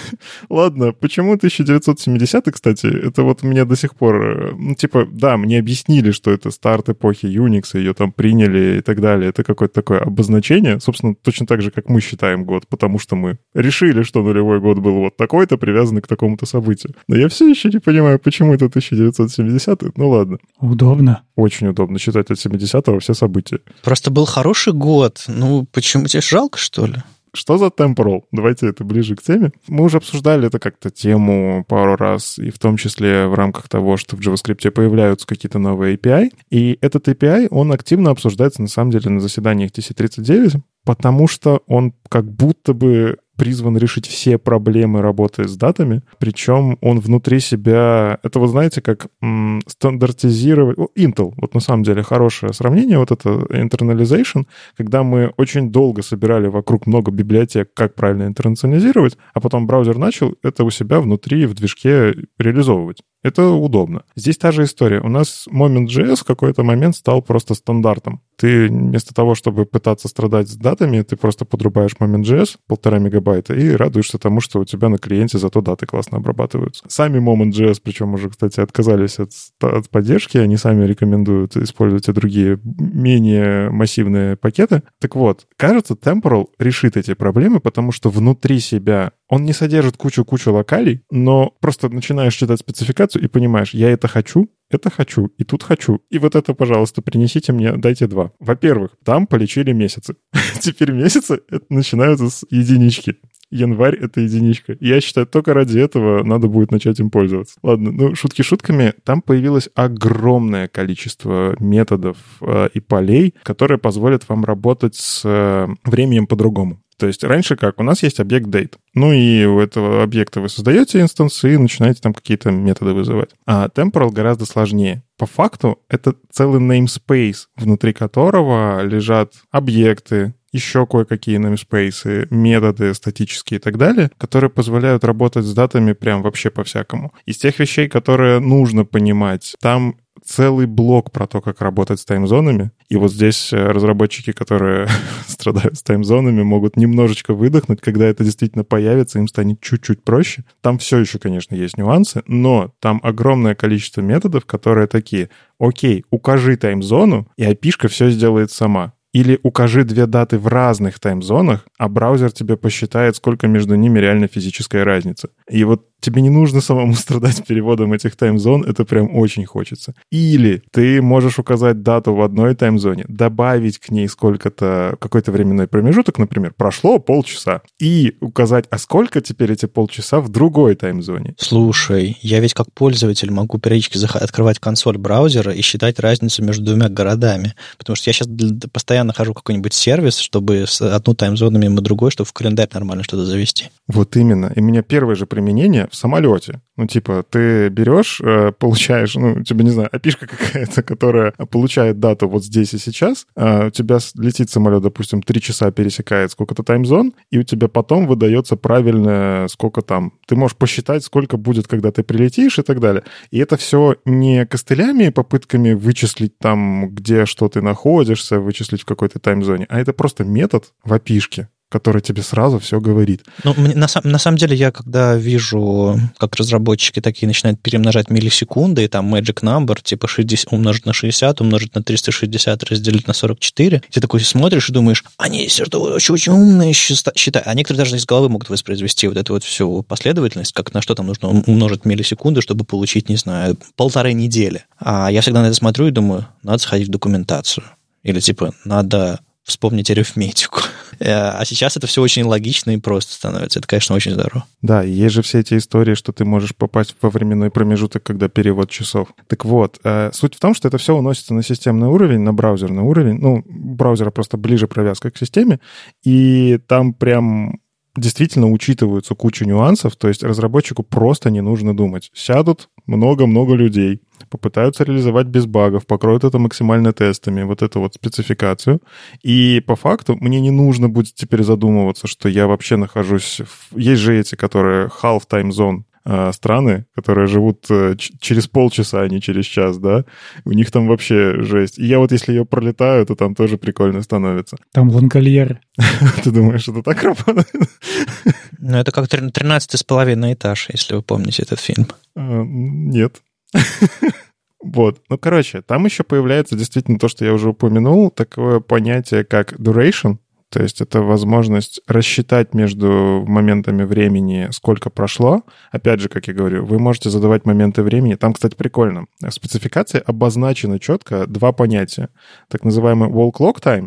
Ладно, почему тысяча девятьсот семидесятый, кстати, это вот мне до сих пор, ну типа, да, мне объяснили, что это старт эпохи Unix, ее там приняли и так далее. Это какое-то такое обозначение, собственно, точно так же, как мы считаем год, потому что мы решили, что нулевой год был вот такой-то, привязанный к такому-то событию. Но я все еще не понимаю, почему это тысяча девятьсот семидесятый. Ну ладно. Удобно. Очень удобно считать от семидесятого все события. Просто был хороший год. Ну, почему? Тебе жалко, что ли? Что за temporal? Давайте это ближе к теме. Мы уже обсуждали это как-то тему пару раз, и в том числе в рамках того, что в JavaScript появляются какие-то новые эй пи ай. И этот эй пи ай, он активно обсуждается, на самом деле, на заседаниях ти си тридцать девять, потому что он как будто бы призван решить все проблемы работы с датами, причем он внутри себя... Это, вы знаете, как м, стандартизировать... О, Intel, вот на самом деле хорошее сравнение, вот это internalization, когда мы очень долго собирали вокруг много библиотек, как правильно интернационализировать, а потом браузер начал это у себя внутри в движке реализовывать. Это удобно. Здесь та же история. У нас Moment.js в какой-то момент стал просто стандартом. Ты вместо того, чтобы пытаться страдать с датами, ты просто подрубаешь Moment.js, полтора мегабайта, и радуешься тому, что у тебя на клиенте зато даты классно обрабатываются. Сами Moment.js, причем уже, кстати, отказались от, от поддержки, они сами рекомендуют использовать и другие менее массивные пакеты. Так вот, кажется, Temporal решит эти проблемы, потому что внутри себя он не содержит кучу-кучу локалей, но просто начинаешь читать спецификацию и понимаешь, я это хочу, это хочу, и тут хочу. И вот это, пожалуйста, принесите мне, дайте два. Во-первых, там полечили месяцы. Теперь месяцы это начинаются с единички. Январь — это единичка. Я считаю, только ради этого надо будет начать им пользоваться. Ладно, ну, шутки шутками. Там появилось огромное количество методов э, и полей, которые позволят вам работать с э, временем по-другому. То есть раньше как? У нас есть объект date. Ну и у этого объекта вы создаете инстанс и начинаете там какие-то методы вызывать. А temporal гораздо сложнее. По факту это целый namespace, внутри которого лежат объекты, еще кое-какие namespace, методы статические и так далее, которые позволяют работать с датами прям вообще по-всякому. Из тех вещей, которые нужно понимать, там целый блок про то, как работать с таймзонами. И вот здесь разработчики, которые страдают с таймзонами, могут немножечко выдохнуть, когда это действительно появится, им станет чуть-чуть проще. Там все еще, конечно, есть нюансы, но там огромное количество методов, которые такие: окей, укажи таймзону, и эй пи ай-шка все сделает сама. Или укажи две даты в разных таймзонах, а браузер тебе посчитает, сколько между ними реально физическая разница. И вот тебе не нужно самому страдать переводом этих таймзон, это прям очень хочется. Или ты можешь указать дату в одной таймзоне, добавить к ней сколько-то, какой-то временной промежуток, например, прошло полчаса, и указать, а сколько теперь эти полчаса в другой таймзоне. Слушай, я ведь как пользователь могу периодически открывать консоль браузера и считать разницу между двумя городами, потому что я сейчас постоянно нахожу какой-нибудь сервис, чтобы с одну таймзону мимо другой, чтобы в календарь нормально что-то завести. Вот именно. И у меня первое же применение в самолете. Ну, типа, ты берешь, получаешь, ну, тебе, не знаю, эй пи ай-шка какая-то, которая получает дату вот здесь и сейчас, у тебя летит самолет, допустим, три часа пересекает сколько-то таймзон, и у тебя потом выдается правильно, сколько там. Ты можешь посчитать, сколько будет, когда ты прилетишь и так далее. И это все не костылями, попытками вычислить там, где что ты находишься, вычислить в какой-то таймзоне, а это просто метод в эй пи ай-шке, который тебе сразу все говорит. Ну, мне, на, на самом деле, я когда вижу, как разработчики такие начинают перемножать миллисекунды, и там magic number, типа шестьдесят, умножить на шестьдесят, умножить на триста шестьдесят, разделить на сорок четыре, ты такой смотришь и думаешь, они очень-очень умные считают. А некоторые даже из головы могут воспроизвести вот эту вот всю последовательность, как на что там нужно умножить миллисекунды, чтобы получить, не знаю, полторы недели. А я всегда на это смотрю и думаю, надо сходить в документацию. Или типа, надо вспомнить арифметику. А сейчас это все очень логично и просто становится. Это, конечно, очень здорово. Да, и есть же все эти истории, что ты можешь попасть во временной промежуток, когда перевод часов. Так вот, суть в том, что это все уносится на системный уровень, на браузерный уровень. Ну, браузера просто ближе привязка к системе, и там прям действительно учитываются куча нюансов, то есть разработчику просто не нужно думать. Сядут много-много людей, попытаются реализовать без багов, покроют это максимально тестами, вот эту вот спецификацию. И по факту мне не нужно будет теперь задумываться, что я вообще нахожусь... В... Есть же эти, которые half time zone страны, которые живут через полчаса, а не через час, да? У них там вообще жесть. И я вот если ее пролетаю, то там тоже прикольно становится. Там лангольеры. Ты думаешь, это так работает? Ну, это как тринадцатый с половиной этаж, если вы помните этот фильм. Нет. Вот. Ну, короче, там еще появляется действительно то, что я уже упомянул, такое понятие, как duration. То есть это возможность рассчитать между моментами времени, сколько прошло. Опять же, как я говорю, вы можете задавать моменты времени. Там, кстати, прикольно. В спецификации обозначено четко два понятия. Так называемый wall clock time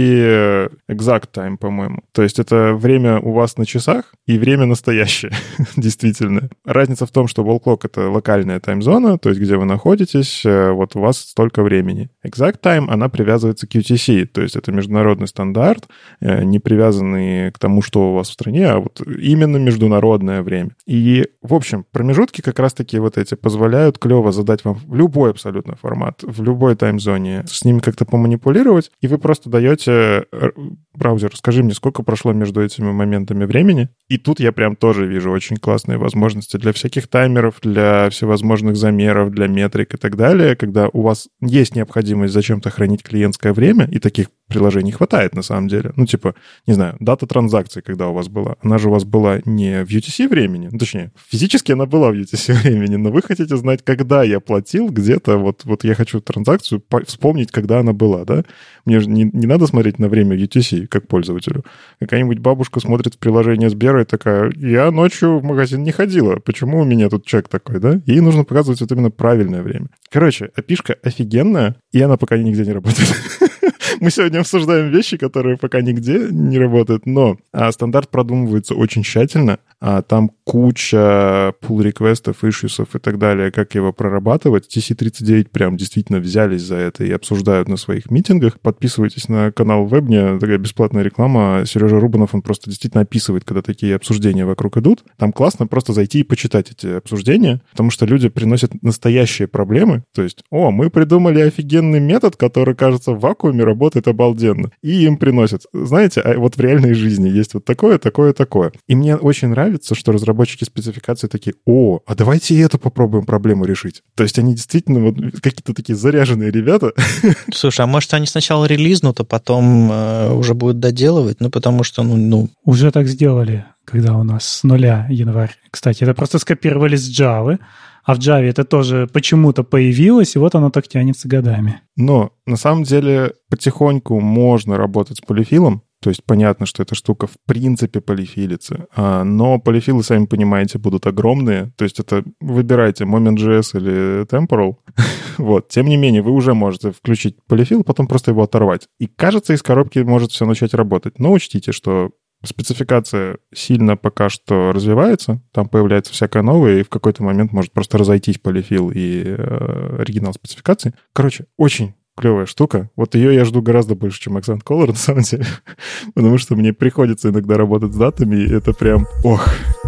и exact time, по-моему. То есть это время у вас на часах и время настоящее, действительно. Разница в том, что wall clock — это локальная таймзона, то есть где вы находитесь, вот у вас столько времени. Exact time, она привязывается к ю ти си, то есть это международный стандарт, не привязанные к тому, что у вас в стране, а вот именно международное время. И, в общем, промежутки как раз-таки вот эти позволяют клево задать вам в любой абсолютно формат, в любой таймзоне, с ними как-то поманипулировать, и вы просто даете браузеру, скажи мне, сколько прошло между этими моментами времени. И тут я прям тоже вижу очень классные возможности для всяких таймеров, для всевозможных замеров, для метрик и так далее, когда у вас есть необходимость зачем-то хранить клиентское время, и таких приложений хватает на самом деле. Ну, типа, не знаю, дата транзакции, когда у вас была. Она же у вас была не в ю ти си времени, ну, точнее, физически она была в ю ти си времени, но вы хотите знать, когда я платил где-то, вот, вот я хочу транзакцию вспомнить, когда она была, да? Мне же не, не надо смотреть на время в ю ти си как пользователю. Какая-нибудь бабушка смотрит в приложение Сбера и такая, я ночью в магазин не ходила, почему у меня тут чек такой, да? Ей нужно показывать вот именно правильное время. Короче, апишка офигенная, и она пока нигде не работает. Мы сегодня обсуждаем вещи, которые пока нигде не работают, но а, стандарт продумывается очень тщательно, а там куча pull-реквестов, ишьюсов и так далее, как его прорабатывать. ти си тридцать девять прям действительно взялись за это и обсуждают на своих митингах. Подписывайтесь на канал Webne, такая бесплатная реклама. Сережа Рубанов, он просто действительно описывает, когда такие обсуждения вокруг идут. Там классно просто зайти и почитать эти обсуждения, потому что люди приносят настоящие проблемы. То есть, о, мы придумали офигенный метод, который, кажется, в вакууме работает обалденно. И им приносят. Знаете, а вот в реальной жизни есть вот такое, такое, такое. И мне очень нравится, что разработчики спецификации такие, о, а давайте и эту попробуем проблему решить. То есть они действительно вот какие-то такие заряженные ребята. Слушай, а может они сначала релизнут, а потом э, уже будут доделывать? Ну, потому что, ну, ну... Уже так сделали, когда у нас с нуля январь. Кстати, это просто скопировали с Java, а в Java это тоже почему-то появилось, и вот оно так тянется годами. Но на самом деле потихоньку можно работать с полифилом. То есть понятно, что эта штука в принципе полифилится. Но полифилы, сами понимаете, будут огромные. То есть это выбирайте Moment.js или Temporal. Вот. Тем не менее, вы уже можете включить полифил, потом просто его оторвать. И кажется, из коробки может все начать работать. Но учтите, что спецификация сильно пока что развивается, там появляется всякое новое, и в какой-то момент может просто разойтись полифил и э, оригинал спецификации. Короче, очень клевая штука. Вот ее я жду гораздо больше, чем Accent Color, на самом деле, потому что мне приходится иногда работать с датами, и это прям ох.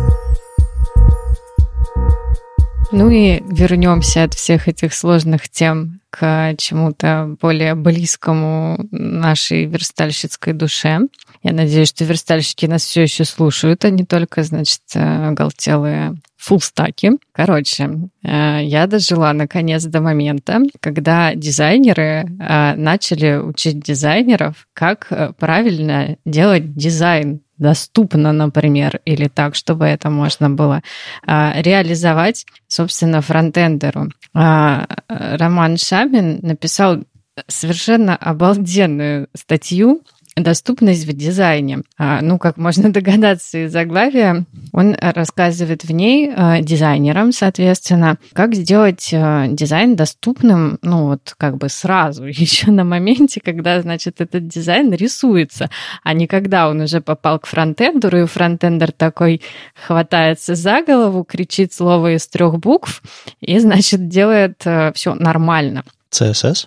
Ну и вернемся от всех этих сложных тем к чему-то более близкому нашей верстальщицкой душе. Я надеюсь, что верстальщики нас все еще слушают, а не только, значит, оголтелые фуллстаки. Короче, я дожила наконец до момента, когда дизайнеры начали учить дизайнеров, как правильно делать дизайн. доступно, например, или так, чтобы это можно было а, реализовать, собственно, фронтендеру. А, Роман Шабин написал совершенно обалденную статью «Доступность в дизайне». Ну, как можно догадаться из заглавия, он рассказывает в ней дизайнерам, соответственно, как сделать дизайн доступным, ну, вот как бы сразу, еще на моменте, когда, значит, этот дизайн рисуется, а не когда он уже попал к фронтендеру, и фронтендер такой хватается за голову, кричит слово из трех букв и, значит, делает все нормально. си эс эс?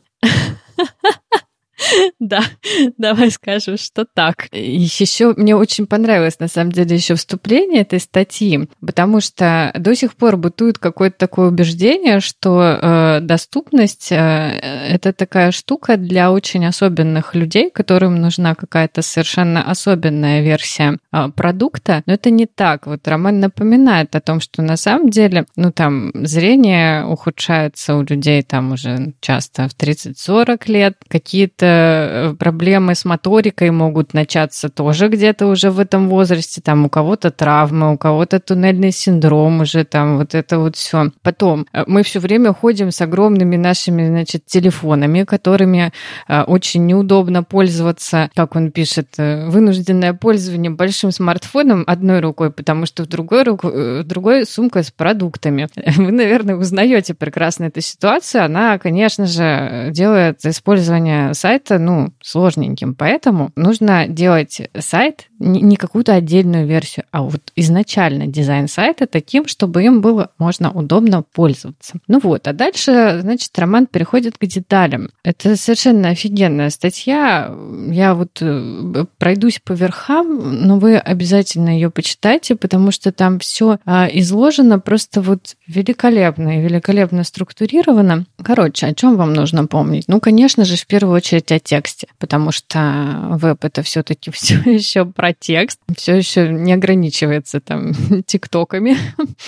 Да, давай скажем, что так. И еще мне очень понравилось, на самом деле, еще вступление этой статьи, потому что до сих пор бытует какое-то такое убеждение, что э, доступность э, это такая штука для очень особенных людей, которым нужна какая-то совершенно особенная версия э, продукта. Но это не так. Вот Роман напоминает о том, что на самом деле, ну там, зрение ухудшается у людей там уже часто в тридцать-сорок лет, какие-то проблемы с моторикой могут начаться тоже где-то уже в этом возрасте. Там у кого-то травмы, у кого-то туннельный синдром уже там вот это вот все. Потом мы все время ходим с огромными нашими, значит, телефонами, которыми очень неудобно пользоваться, как он пишет, вынужденное пользование большим смартфоном одной рукой, потому что в другой, руку, в другой сумка с продуктами. Вы, наверное, узнаете прекрасно эту ситуацию. Она, конечно же, делает использование сайта ну, сложненьким. Поэтому нужно делать сайт, не какую-то отдельную версию, а вот изначально дизайн сайта таким, чтобы им было можно удобно пользоваться. Ну вот, а дальше, значит, Роман переходит к деталям. Это совершенно офигенная статья. Я вот пройдусь по верхам, но вы обязательно ее почитайте, потому что там все изложено просто вот великолепно и великолепно структурировано. Короче, о чем вам нужно помнить? Ну, конечно же, в первую очередь о тексте, потому что веб — это все-таки все еще про текст, все еще не ограничивается там тиктоками.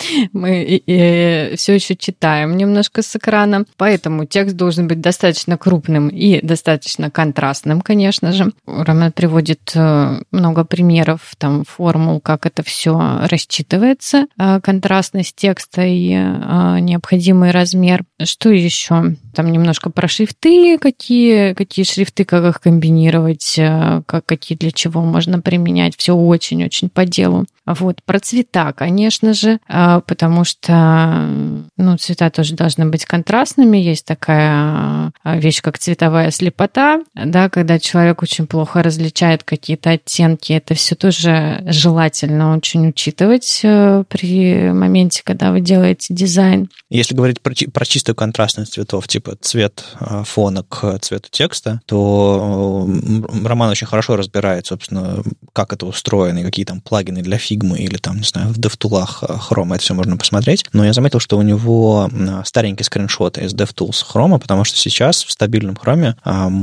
Мы и, и все еще читаем немножко с экрана, поэтому текст должен быть достаточно крупным и достаточно контрастным, конечно же. Роман приводит много примеров, там, формул, как это все рассчитывается, контрастность текста и необходимый размер. Что еще? Там немножко про шрифты, какие, какие шрифты, как их комбинировать, как, какие для чего можно применять. Все очень-очень по делу. Вот. Про цвета, конечно же, потому что ну, цвета тоже должны быть контрастными. Есть такая вещь, как цветовая слепота, да, когда человек очень плохо различает какие-то оттенки. Это все тоже желательно очень учитывать при моменте, когда вы делаете дизайн. Если говорить про, про чистую контрастность цветов, типа цвет фона к цвету текста, то Роман очень хорошо разбирает, собственно, как это устроено, и какие там плагины для фигмы или там, не знаю, в DevTools Chrome, это все можно посмотреть. Но я заметил, что у него старенькие скриншоты из DevTools Chrome, потому что сейчас в стабильном Chrome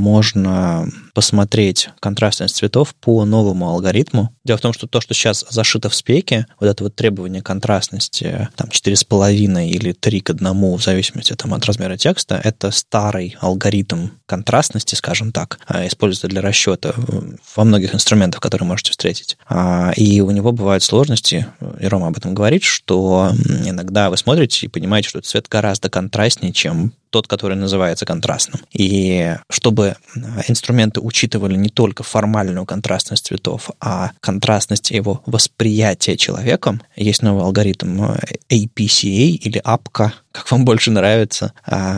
можно посмотреть контрастность цветов по новому алгоритму. Дело в том, что то, что сейчас зашито в спеке, вот это вот требование контрастности там четыре с половиной или три к одному, в зависимости там, от размера текста, это старый алгоритм контрастности, скажем так, используется для расчета во многих инструментах, которые можете встретить. И у него бывают сложности, и Рома об этом говорит, что иногда вы смотрите и понимаете, что цвет гораздо контрастнее, чем тот, который называется контрастным. И чтобы инструменты учитывали не только формальную контрастность цветов, а контрастность его восприятия человеком, есть новый алгоритм эй пи си эй или эй пи си, как вам больше нравится,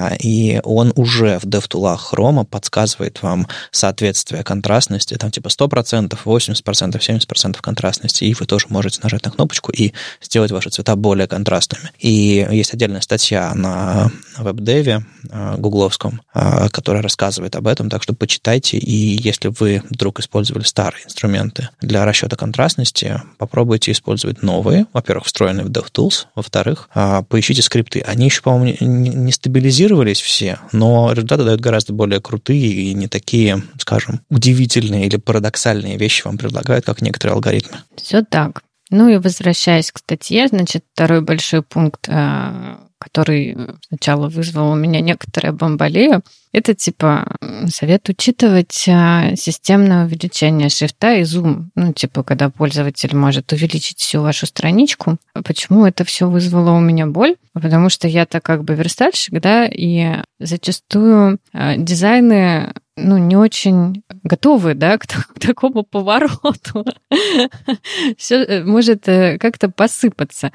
и он уже в DevTools Chrome подсказывает вам соответствие контрастности, там типа сто процентов, восемьдесят процентов, семьдесят процентов контрастности, и вы тоже можете нажать на кнопочку и сделать ваши цвета более контрастными. И есть отдельная статья на WebDev гугловском, которая рассказывает об этом, так что почитайте, и если вы вдруг использовали старые инструменты для расчета контрастности, попробуйте использовать новые, во-первых, встроенные в DevTools, во-вторых, поищите скрипты. Они еще, по-моему, не стабилизировались все, но результаты дают гораздо более крутые и не такие, скажем, удивительные или парадоксальные вещи вам предлагают, как некоторые алгоритмы. Все так. Ну и возвращаясь к статье, значит, второй большой пункт, который сначала вызвал у меня некоторое бомболею, Это типа совет учитывать системное увеличение шрифта и зум. Ну, типа, когда пользователь может увеличить всю вашу страничку. Почему это все вызвало у меня боль? Потому что я-то как бы верстальщик, да, и зачастую дизайны ну, не очень готовы, да, к, к такому повороту. Все может как-то посыпаться.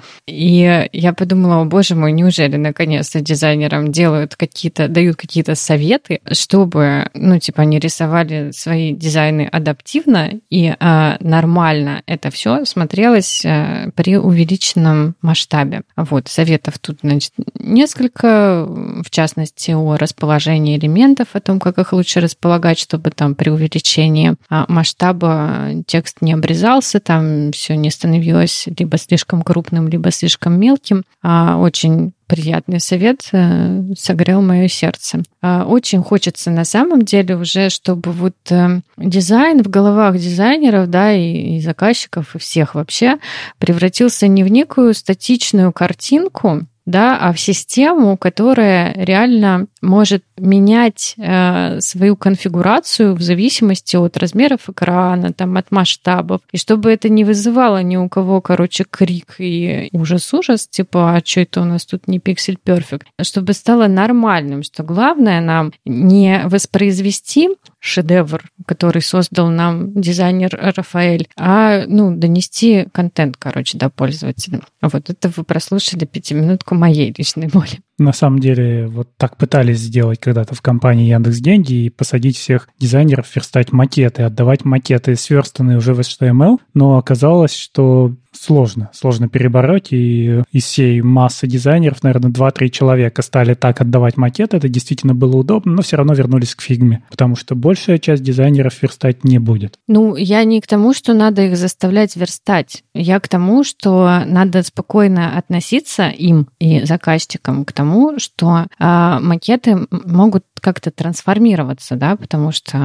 И я подумала, о, боже мой, неужели наконец-то дизайнерам делают какие-то, дают какие-то советы, чтобы, ну, типа, они рисовали свои дизайны адаптивно и а, нормально это все смотрелось а, при увеличенном масштабе. Вот, советов тут, значит, несколько, в частности, о расположении элементов, о том, как их лучше располагать, располагать, чтобы там при увеличении масштаба текст не обрезался, там все не становилось либо слишком крупным, либо слишком мелким. Очень приятный совет, согрел мое сердце. Очень хочется на самом деле уже, чтобы вот дизайн в головах дизайнеров, да, и, и заказчиков, и всех вообще превратился не в некую статичную картинку, да, а в систему, которая реально может менять э, свою конфигурацию в зависимости от размеров экрана, там, от масштабов. И чтобы это не вызывало ни у кого, короче, крик и ужас-ужас, типа, а что это у нас тут не Pixel Perfect, чтобы стало нормальным, что главное нам не воспроизвести шедевр, который создал нам дизайнер Рафаэль, а, ну, донести контент, короче, до пользователя. Вот это вы прослушали пятиминутку моей личной боли. На самом деле, вот так пытались сделать когда-то в компании Яндекс.Деньги и посадить всех дизайнеров верстать макеты, отдавать макеты, сверстанные уже в эйч ти эм эл, но оказалось, что сложно, сложно перебороть, и из всей массы дизайнеров, наверное, два-три человека стали так отдавать макеты, это действительно было удобно, но все равно вернулись к фигме, потому что большая часть дизайнеров верстать не будет. Ну, я не к тому, что надо их заставлять верстать, я к тому, что надо спокойно относиться им и заказчикам к тому, что э, макеты могут как-то трансформироваться, да, потому что,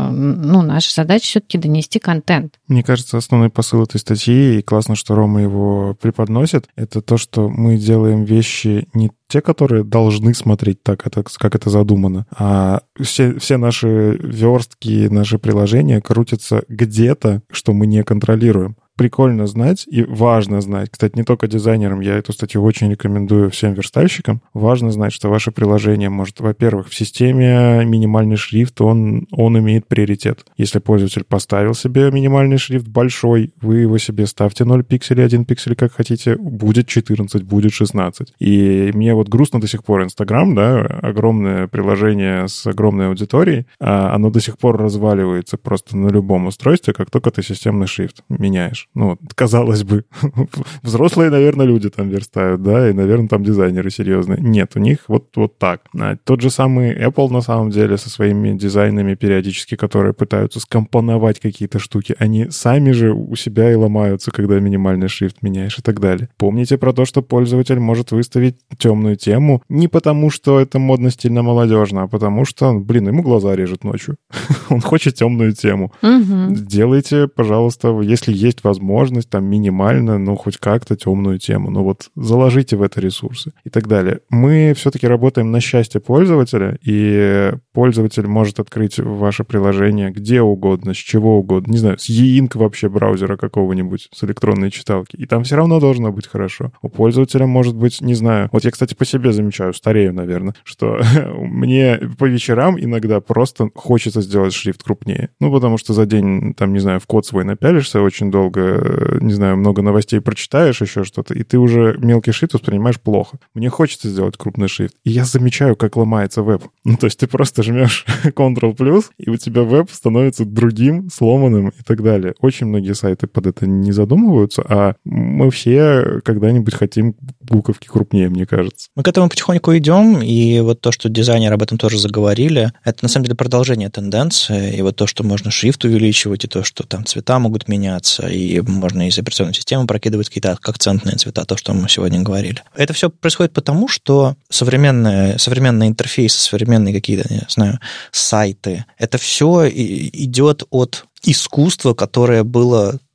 ну, наша задача все-таки донести контент. Мне кажется, основной посыл этой статьи, и классно, что Рома его преподносит, это то, что мы делаем вещи не те, которые должны смотреть так, это, как это задумано, а все, все наши верстки, наши приложения крутятся где-то, что мы не контролируем. Прикольно знать и важно знать. Кстати, не только дизайнерам, я эту статью очень рекомендую всем верстальщикам. Важно знать, что ваше приложение может, во-первых, в системе минимальный шрифт, он, он имеет приоритет. Если пользователь поставил себе минимальный шрифт большой, вы его себе ставьте ноль пикселей, один пиксель, как хотите, будет четырнадцать, будет шестнадцать. И мне вот грустно до сих пор Инстаграм, да, огромное приложение с огромной аудиторией, а оно до сих пор разваливается просто на любом устройстве, как только ты системный шрифт меняешь. Ну, казалось бы, взрослые, наверное, люди там верстают, да, и, наверное, там дизайнеры серьезные. Нет, у них вот, вот так. А тот же самый Apple, на самом деле, со своими дизайнами периодически, которые пытаются скомпоновать какие-то штуки, они сами же у себя и ломаются, когда минимальный шрифт меняешь и так далее. Помните про то, что пользователь может выставить темную тему не потому, что это модно, стильно, молодежно, а потому что, блин, ему глаза режет ночью. Он хочет темную тему. Делайте, пожалуйста, если есть возможность, возможность, там, минимально, ну, хоть как-то темную тему. Ну, вот заложите в это ресурсы и так далее. Мы все-таки работаем на счастье пользователя, и пользователь может открыть ваше приложение где угодно, с чего угодно. Не знаю, с e-ink вообще браузера какого-нибудь, с электронной читалки. И там все равно должно быть хорошо. У пользователя может быть, не знаю... Вот я, кстати, по себе замечаю, старею, наверное, что мне по вечерам иногда просто хочется сделать шрифт крупнее. Ну, потому что за день, там, не знаю, в код свой напялишься очень долго, не знаю, много новостей прочитаешь, еще что-то, и ты уже мелкий шрифт воспринимаешь плохо. Мне хочется сделать крупный шрифт, и я замечаю, как ломается веб. Ну, то есть ты просто жмешь контрол+, и у тебя веб становится другим, сломанным и так далее. Очень многие сайты под это не задумываются, а мы все когда-нибудь хотим буковки крупнее, мне кажется. Мы к этому потихоньку идем, и вот то, что дизайнеры об этом тоже заговорили, это на самом деле продолжение тенденции, и вот то, что можно шрифт увеличивать, и то, что там цвета могут меняться, и можно из операционной системы прокидывать какие-то акцентные цвета, то, что мы сегодня говорили. Это все происходит потому, что современные, современные интерфейсы, современные какие-то, не знаю, сайты, это все идет от искусства, которое было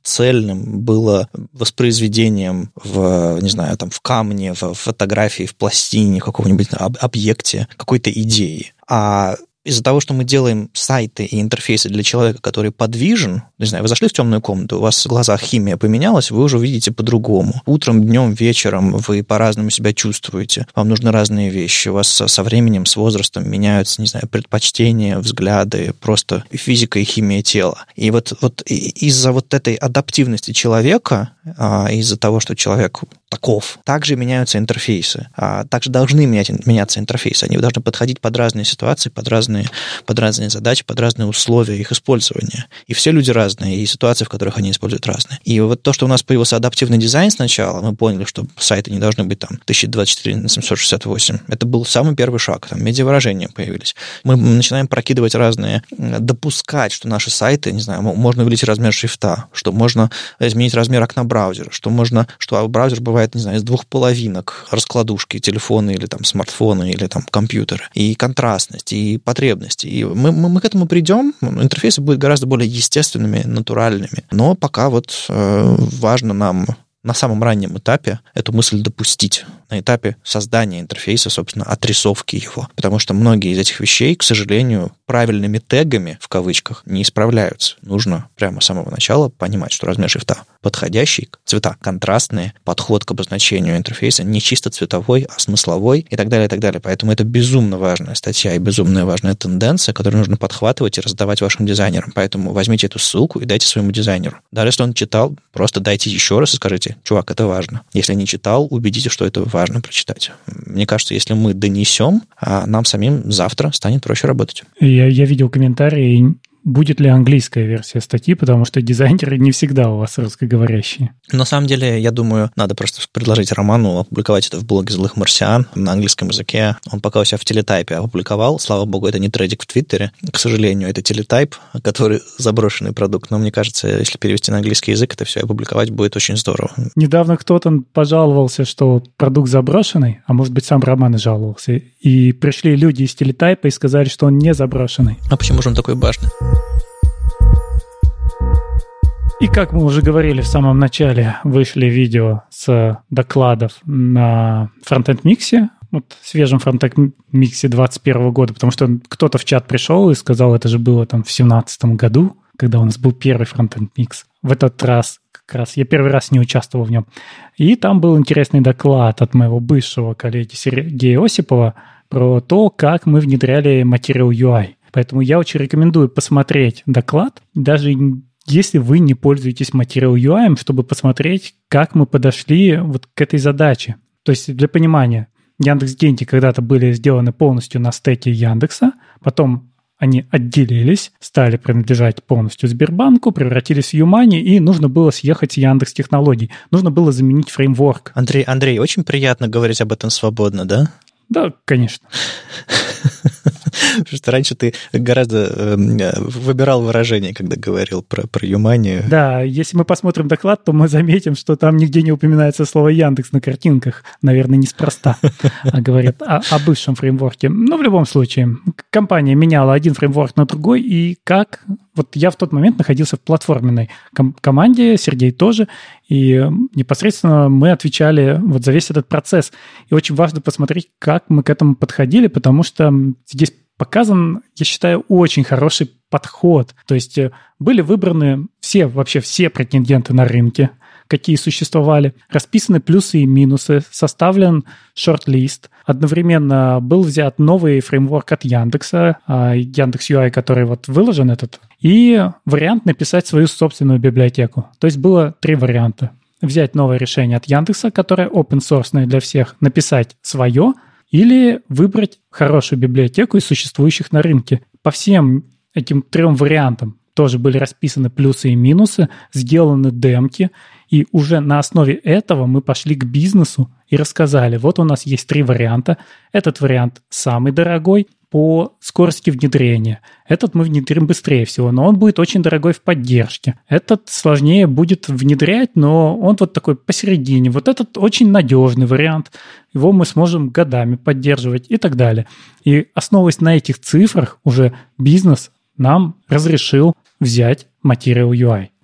цельным, было воспроизведением в, не знаю, там, в камне, в фотографии, в пластине, каком-нибудь объекте, какой-то идеи. А из-за того, что мы делаем сайты и интерфейсы для человека, который подвижен, не знаю, вы зашли в темную комнату, у вас в глазах химия поменялась, вы уже видите по-другому. Утром, днем, вечером вы по-разному себя чувствуете, вам нужны разные вещи, у вас со временем, с возрастом меняются, не знаю, предпочтения, взгляды, просто физика и химия тела. И вот, вот из-за вот этой адаптивности человека, из-за того, что человек таков, также меняются интерфейсы, также должны менять, меняться интерфейсы, они должны подходить под разные ситуации, под разные под разные задачи, под разные условия их использования. И все люди разные, и ситуации, в которых они используют, разные. И вот то, что у нас появился адаптивный дизайн сначала, мы поняли, что сайты не должны быть там тысяча двадцать четыре на семьсот шестьдесят восемь. Это был самый первый шаг. Там медиавыражения появились. Мы начинаем прокидывать разные, допускать, что наши сайты, не знаю, можно увеличить размер шрифта, что можно изменить размер окна браузера, что можно, что браузер бывает, не знаю, из двух половинок, раскладушки, телефоны или там смартфоны, или там компьютеры, и контрастность, и потребности. И мы, мы, мы к этому придем, интерфейсы будут гораздо более естественными, натуральными. Но пока вот э, важно нам на самом раннем этапе эту мысль допустить, на этапе создания интерфейса, собственно, отрисовки его. Потому что многие из этих вещей, к сожалению, правильными тегами, в кавычках, не исправляются. Нужно прямо с самого начала понимать, что размер шрифта подходящий, цвета контрастные, подход к обозначению интерфейса не чисто цветовой, а смысловой и так далее, и так далее. Поэтому это безумно важная статья и безумно важная тенденция, которую нужно подхватывать и раздавать вашим дизайнерам. Поэтому возьмите эту ссылку и дайте своему дизайнеру. Даже если он читал, просто дайте еще раз и скажите: чувак, это важно. Если не читал, убедите, что это важно прочитать. Мне кажется, если мы донесем, нам самим завтра станет проще работать. Я, я видел комментарии, будет ли английская версия статьи, потому что дизайнеры не всегда у вас русскоговорящие. На самом деле, я думаю, надо просто предложить Роману опубликовать это в блоге «Злых марсиан» на английском языке. Он пока у себя в телетайпе опубликовал. Слава богу, это не тредик в Твиттере. К сожалению, это телетайп, который заброшенный продукт. Но мне кажется, если перевести на английский язык, это все опубликовать будет очень здорово. Недавно кто-то пожаловался, что продукт заброшенный, а может быть, сам Роман и жаловался. И пришли люди из телетайпа и сказали, что он не заброшенный. А почему же он такой важный? И как мы уже говорили в самом начале, вышли видео с докладов на Frontend Mix, вот свежем Frontend Mix двадцать первого года, потому что кто-то в чат пришел и сказал, это же было там в семнадцатом году, когда у нас был первый Frontend Mix. В этот раз как раз я первый раз не участвовал в нем. И там был интересный доклад от моего бывшего коллеги Сергея Осипова про то, как мы внедряли Material ю ай. Поэтому я очень рекомендую посмотреть доклад, даже если вы не пользуетесь Material ю ай, чтобы посмотреть, как мы подошли вот к этой задаче. То есть для понимания, Яндекс.Деньги когда-то были сделаны полностью на стеке Яндекса, потом они отделились, стали принадлежать полностью Сбербанку, превратились в Юмани, и нужно было съехать с Яндекс.Технологий. Нужно было заменить фреймворк. Андрей, Андрей, очень приятно говорить об этом свободно, да? Да, конечно. Потому что раньше ты гораздо э, выбирал выражение, когда говорил про, про Юмани. Да, если мы посмотрим доклад, то мы заметим, что там нигде не упоминается слово Яндекс на картинках. Наверное, неспроста. А говорят о, о бывшем фреймворке. Но в любом случае, компания меняла один фреймворк на другой, и как... Вот я в тот момент находился в платформенной ком- команде, Сергей тоже, и непосредственно мы отвечали вот за весь этот процесс. И очень важно посмотреть, как мы к этому подходили, потому что здесь показан, я считаю, очень хороший подход. То есть были выбраны все, вообще все претенденты на рынке, какие существовали, расписаны плюсы и минусы, составлен шорт-лист. Одновременно был взят новый фреймворк от Яндекса, Яндекс ю ай, который вот выложен этот, и вариант написать свою собственную библиотеку. То есть было три варианта. Взять новое решение от Яндекса, которое open-source для всех, написать свое, или выбрать хорошую библиотеку из существующих на рынке. По всем этим трем вариантам тоже были расписаны плюсы и минусы, сделаны демки, и уже на основе этого мы пошли к бизнесу и рассказали, вот у нас есть три варианта. Этот вариант самый дорогой по скорости внедрения. Этот мы внедрим быстрее всего, но он будет очень дорогой в поддержке. Этот сложнее будет внедрять, но он вот такой посередине. Вот этот очень надежный вариант. Его мы сможем годами поддерживать и так далее. И основываясь на этих цифрах, уже бизнес нам разрешил взять Material ю ай.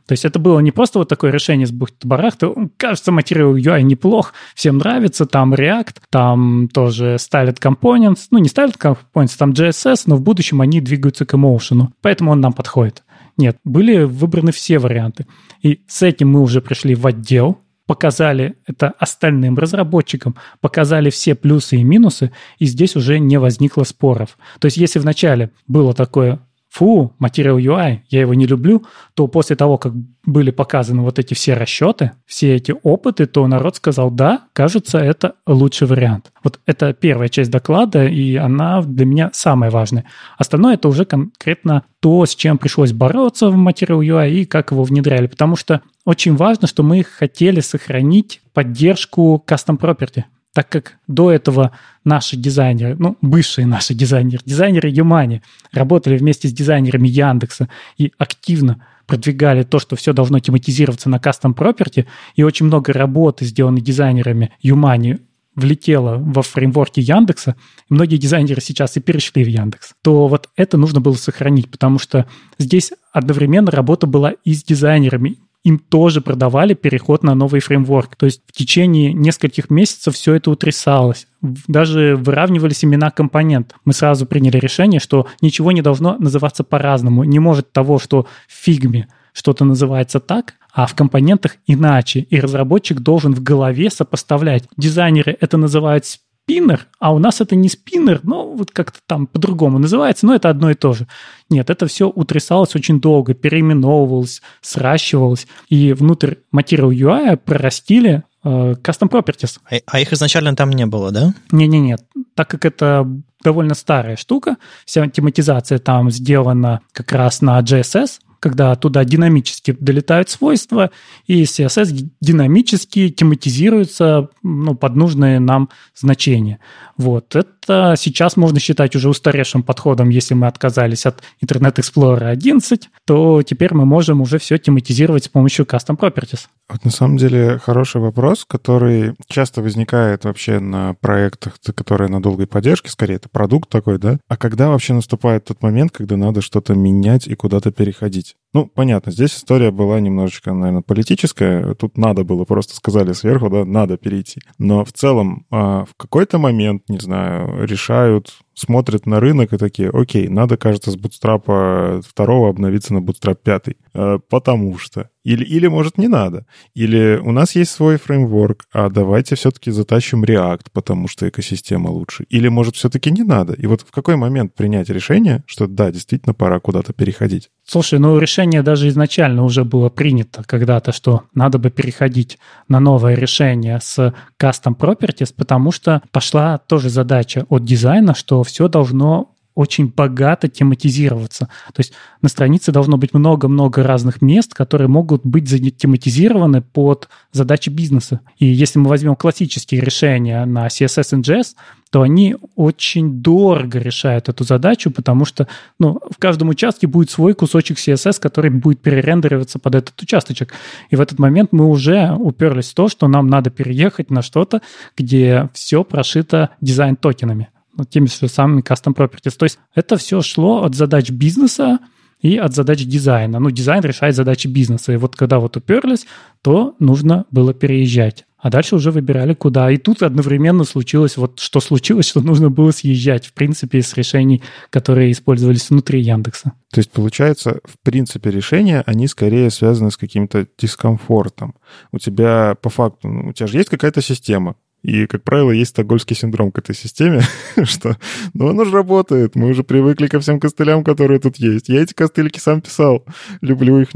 То есть это было не просто вот такое решение с бухты-барахты. Кажется, Material ю ай неплох, всем нравится, там React, там тоже Styled Components, ну не Styled Components, там джей эс эс, но в будущем они двигаются к Emotion, поэтому он нам подходит. Нет, были выбраны все варианты. И с этим мы уже пришли в отдел, показали это остальным разработчикам, показали все плюсы и минусы, и здесь уже не возникло споров. То есть если вначале было такое... фу, Material ю ай, я его не люблю, то после того, как были показаны вот эти все расчеты, все эти опыты, то народ сказал, да, кажется, это лучший вариант. Вот это первая часть доклада, и она для меня самая важная. Остальное это уже конкретно то, с чем пришлось бороться в Material ю ай и как его внедряли. Потому что очень важно, что мы хотели сохранить поддержку Custom Property. Так как до этого наши дизайнеры, ну, бывшие наши дизайнеры, дизайнеры Юмани работали вместе с дизайнерами Яндекса и активно продвигали то, что все должно тематизироваться на Custom Property, и очень много работы, сделанной дизайнерами Юмани, влетело во фреймворке Яндекса, и многие дизайнеры сейчас и перешли в Яндекс, то вот это нужно было сохранить, потому что здесь одновременно работа была и с дизайнерами, им тоже продавали переход на новый фреймворк. То есть в течение нескольких месяцев все это утрясалось. Даже выравнивались имена компонент. Мы сразу приняли решение, что ничего не должно называться по-разному. Не может того, что в фигме что-то называется так, а в компонентах иначе. И разработчик должен в голове сопоставлять. Дизайнеры это называют спиннер, а у нас это не спиннер, но вот как-то там по-другому называется, но это одно и то же. Нет, это все утрясалось очень долго, переименовывалось, сращивалось, и внутрь Material ю ай прорастили э, Custom Properties. А, а их изначально там не было, да? Не-не-не, так как это довольно старая штука, вся тематизация там сделана как раз на джей эс эс, когда туда динамически долетают свойства, и си эс эс динамически тематизируется, ну, под нужные нам значения. Вот. Это сейчас можно считать уже устаревшим подходом. Если мы отказались от Internet Explorer одиннадцать, то теперь мы можем уже все тематизировать с помощью Custom Properties. Вот на самом деле хороший вопрос, который часто возникает вообще на проектах, которые на долгой поддержке, скорее это продукт такой, да? А когда вообще наступает тот момент, когда надо что-то менять и куда-то переходить? Ну, понятно, здесь история была немножечко, наверное, политическая. Тут надо было, просто сказали сверху, да, надо перейти. Но в целом в какой-то момент, не знаю, решают, смотрят на рынок и такие, окей, надо, кажется, с Bootstrap два обновиться на Bootstrap пять, потому что. Или, или, может, не надо. Или у нас есть свой фреймворк, а давайте все-таки затащим React, потому что экосистема лучше. Или, может, все-таки не надо. И вот в какой момент принять решение, что да, действительно пора куда-то переходить? Слушай, ну решение даже изначально уже было принято когда-то, что надо бы переходить на новое решение с Custom Properties, потому что пошла тоже задача от дизайна, что все должно очень богато тематизироваться. То есть на странице должно быть много-много разных мест, которые могут быть тематизированы под задачи бизнеса. И если мы возьмем классические решения на си эс эс и джей эс, то они очень дорого решают эту задачу, потому что ну, в каждом участке будет свой кусочек си эс эс, который будет перерендериваться под этот участочек. И в этот момент мы уже уперлись в то, что нам надо переехать на что-то, где все прошито дизайн-токенами, теми же самыми Custom Properties. То есть это все шло от задач бизнеса и от задач дизайна. Ну, дизайн решает задачи бизнеса. И вот когда вот уперлись, то нужно было переезжать. А дальше уже выбирали, куда. И тут одновременно случилось вот что случилось, что нужно было съезжать, в принципе, с решений, которые использовались внутри Яндекса. То есть, получается, в принципе, решения, они скорее связаны с каким-то дискомфортом. У тебя, по факту, ну, у тебя же есть какая-то система. И, как правило, есть стокгольмский синдром к этой системе, что, ну, оно же работает, мы уже привыкли ко всем костылям, которые тут есть. Я эти костыльки сам писал, люблю их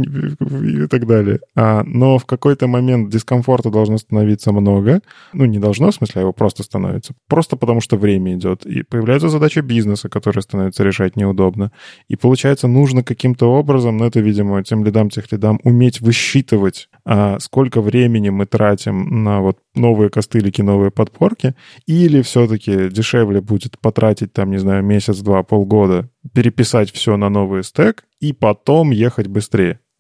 и так далее. А, но в какой-то момент дискомфорта должно становиться много. Ну, не должно, в смысле, а его просто становится. Просто потому, что время идет. И появляются задачи бизнеса, которые становятся решать неудобно. И, получается, нужно каким-то образом, ну, это, видимо, тем лидам, тех лидам, уметь высчитывать, а, сколько времени мы тратим на вот новые костылики, новые подпорки, или все-таки дешевле будет потратить, там, не знаю, месяц, два, полгода, переписать все на новый стэк и потом ехать быстрее. Так?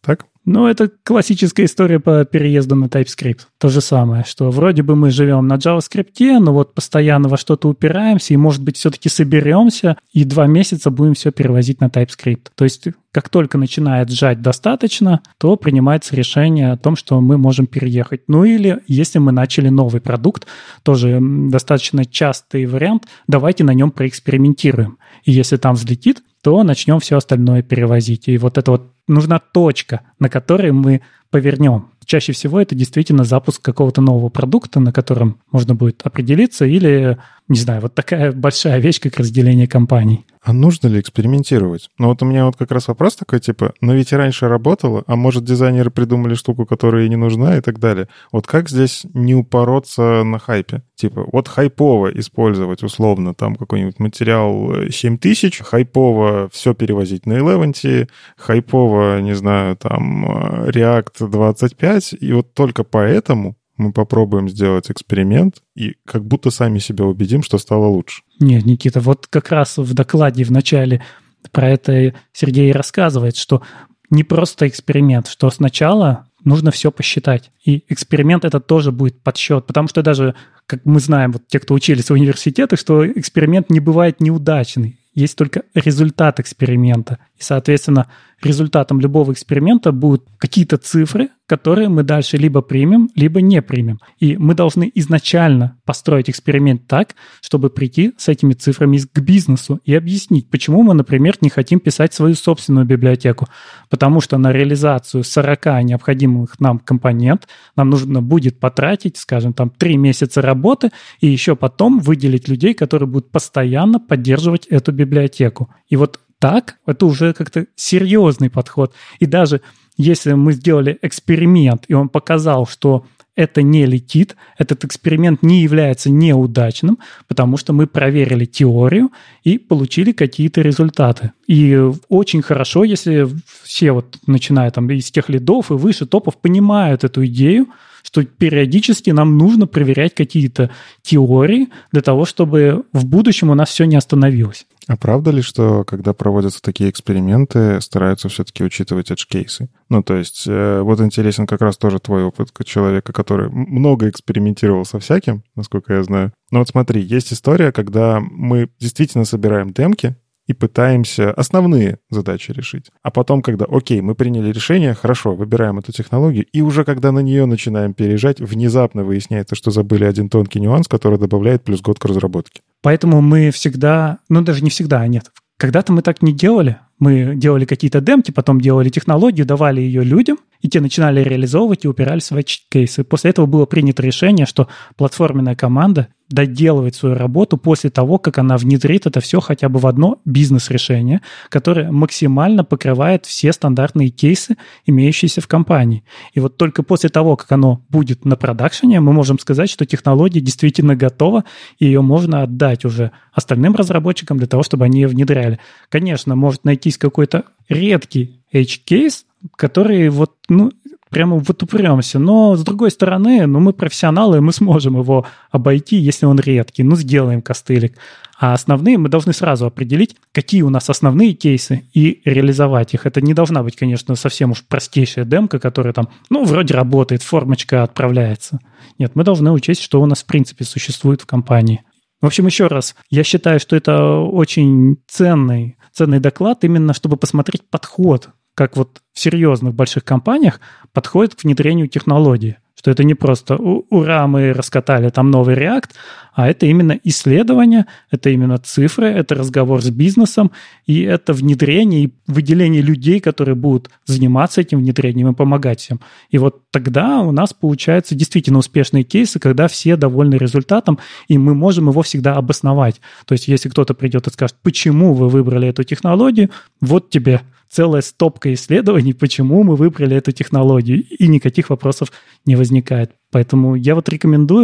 Ну, это классическая история по переезду на TypeScript. То же самое, что вроде бы мы живем на JavaScript, но вот постоянно во что-то упираемся, и, может быть, все-таки соберемся, и два месяца будем все перевозить на TypeScript. То есть, как только начинает сжать достаточно, то принимается решение о том, что мы можем переехать. Ну или, если мы начали новый продукт, тоже достаточно частый вариант, давайте на нем проэкспериментируем. И если там взлетит, то начнем все остальное перевозить. И вот это вот нужна точка, на которой мы повернем. Чаще всего это действительно запуск какого-то нового продукта, на котором можно будет определиться, или, не знаю, вот такая большая вещь, как разделение компаний. А нужно ли экспериментировать? Ну вот у меня вот как раз вопрос такой, типа, ну ведь и раньше работало, а может дизайнеры придумали штуку, которая и не нужна и так далее. Вот как здесь не упороться на хайпе? Типа, вот хайпово использовать условно там какой-нибудь материал семь тысяч, хайпово все перевозить на Eleventy, хайпово, не знаю, там React двадцать пять, и вот только поэтому мы попробуем сделать эксперимент и как будто сами себя убедим, что стало лучше. Нет, Никита, вот как раз в докладе в начале про это Сергей рассказывает, что не просто эксперимент, что сначала нужно все посчитать. И эксперимент это тоже будет подсчет, потому что даже, как мы знаем, вот те, кто учились в университетах, что эксперимент не бывает неудачный. Есть только результат эксперимента. И, соответственно, результатом любого эксперимента будут какие-то цифры, которые мы дальше либо примем, либо не примем. И мы должны изначально построить эксперимент так, чтобы прийти с этими цифрами к бизнесу и объяснить, почему мы, например, не хотим писать свою собственную библиотеку. Потому что на реализацию сорок необходимых нам компонент нам нужно будет потратить, скажем, там три месяца работы и еще потом выделить людей, которые будут постоянно поддерживать эту библиотеку. И вот так это уже как-то серьезный подход. И даже если мы сделали эксперимент, и он показал, что это не летит, этот эксперимент не является неудачным, потому что мы проверили теорию и получили какие-то результаты. И очень хорошо, если все, вот, начиная там из тех лидов и выше топов, понимают эту идею, что периодически нам нужно проверять какие-то теории для того, чтобы в будущем у нас все не остановилось. А правда ли, что когда проводятся такие эксперименты, стараются все-таки учитывать edge-кейсы? Ну, то есть, э, вот интересен как раз тоже твой опыт как человека, который много экспериментировал со всяким, насколько я знаю. Но вот смотри, есть история, когда мы действительно собираем демки и пытаемся основные задачи решить. А потом, когда, окей, мы приняли решение, хорошо, выбираем эту технологию, и уже когда на нее начинаем переезжать, внезапно выясняется, что забыли один тонкий нюанс, который добавляет плюс год к разработке. Поэтому мы всегда, ну даже не всегда, нет, когда-то мы так не делали. Мы делали какие-то демки, потом делали технологию, давали ее людям, и те начинали реализовывать и упирались в edge-кейсы. После этого было принято решение, что платформенная команда доделывает свою работу после того, как она внедрит это все хотя бы в одно бизнес-решение, которое максимально покрывает все стандартные кейсы, имеющиеся в компании. И вот только после того, как оно будет на продакшене, мы можем сказать, что технология действительно готова, и ее можно отдать уже остальным разработчикам для того, чтобы они ее внедряли. Конечно, может найтись какой-то редкий edge-кейс, который вот, ну, прямо вот упремся. Но, с другой стороны, ну, мы профессионалы, мы сможем его обойти, если он редкий. Ну, сделаем костылик. А основные мы должны сразу определить, какие у нас основные кейсы, и реализовать их. Это не должна быть, конечно, совсем уж простейшая демка, которая там, ну, вроде работает, формочка отправляется. Нет, мы должны учесть, что у нас в принципе существует в компании. В общем, еще раз, я считаю, что это очень ценный, ценный доклад, именно чтобы посмотреть подход, как вот в серьезных больших компаниях подходит к внедрению технологии. Что это не просто «ура, мы раскатали там новый React», а это именно исследование, это именно цифры, это разговор с бизнесом, и это внедрение и выделение людей, которые будут заниматься этим внедрением и помогать всем. И вот тогда у нас получаются действительно успешные кейсы, когда все довольны результатом, и мы можем его всегда обосновать. То есть если кто-то придет и скажет, почему вы выбрали эту технологию, вот тебе целая стопка исследований, почему мы выбрали эту технологию, и никаких вопросов не возникает. Поэтому я вот рекомендую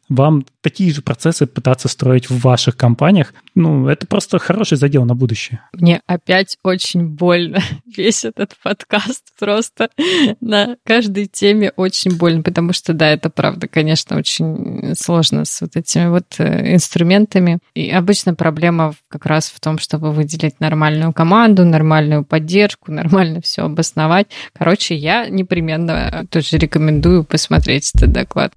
вам такие же процессы пытаться строить в ваших компаниях. Ну, это просто хороший задел на будущее. Мне опять очень больно. Весь этот подкаст просто на каждой теме очень больно, потому что, да, это правда, конечно, очень сложно с вот этими вот инструментами. И обычно проблема как раз в том, чтобы выделить нормальную команду, нормальную поддержку, нормально все обосновать. Короче, я непременно тоже рекомендую посмотреть этот доклад.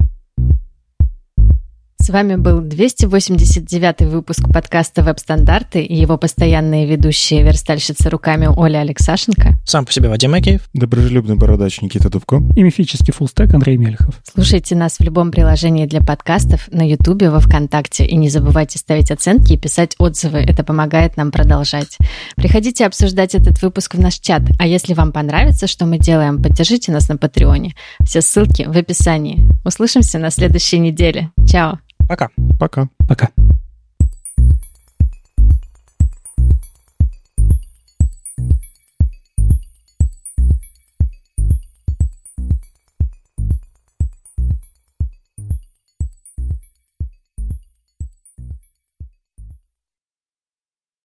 С вами был двести восемьдесят девятый выпуск подкаста «Веб-стандарты» и его постоянные ведущие верстальщицы руками Оля Алексашенко. Сам по себе Вадим Макеев. Доброжелюбный бородач Никита Дубко. И мифический фуллстек Андрей Мельхов. Слушайте нас в любом приложении для подкастов, на Ютубе, во Вконтакте. И не забывайте ставить оценки и писать отзывы. Это помогает нам продолжать. Приходите обсуждать этот выпуск в наш чат. А если вам понравится, что мы делаем, поддержите нас на Патреоне. Все ссылки в описании. Услышимся на следующей неделе. Чао! Пока. Пока. Пока.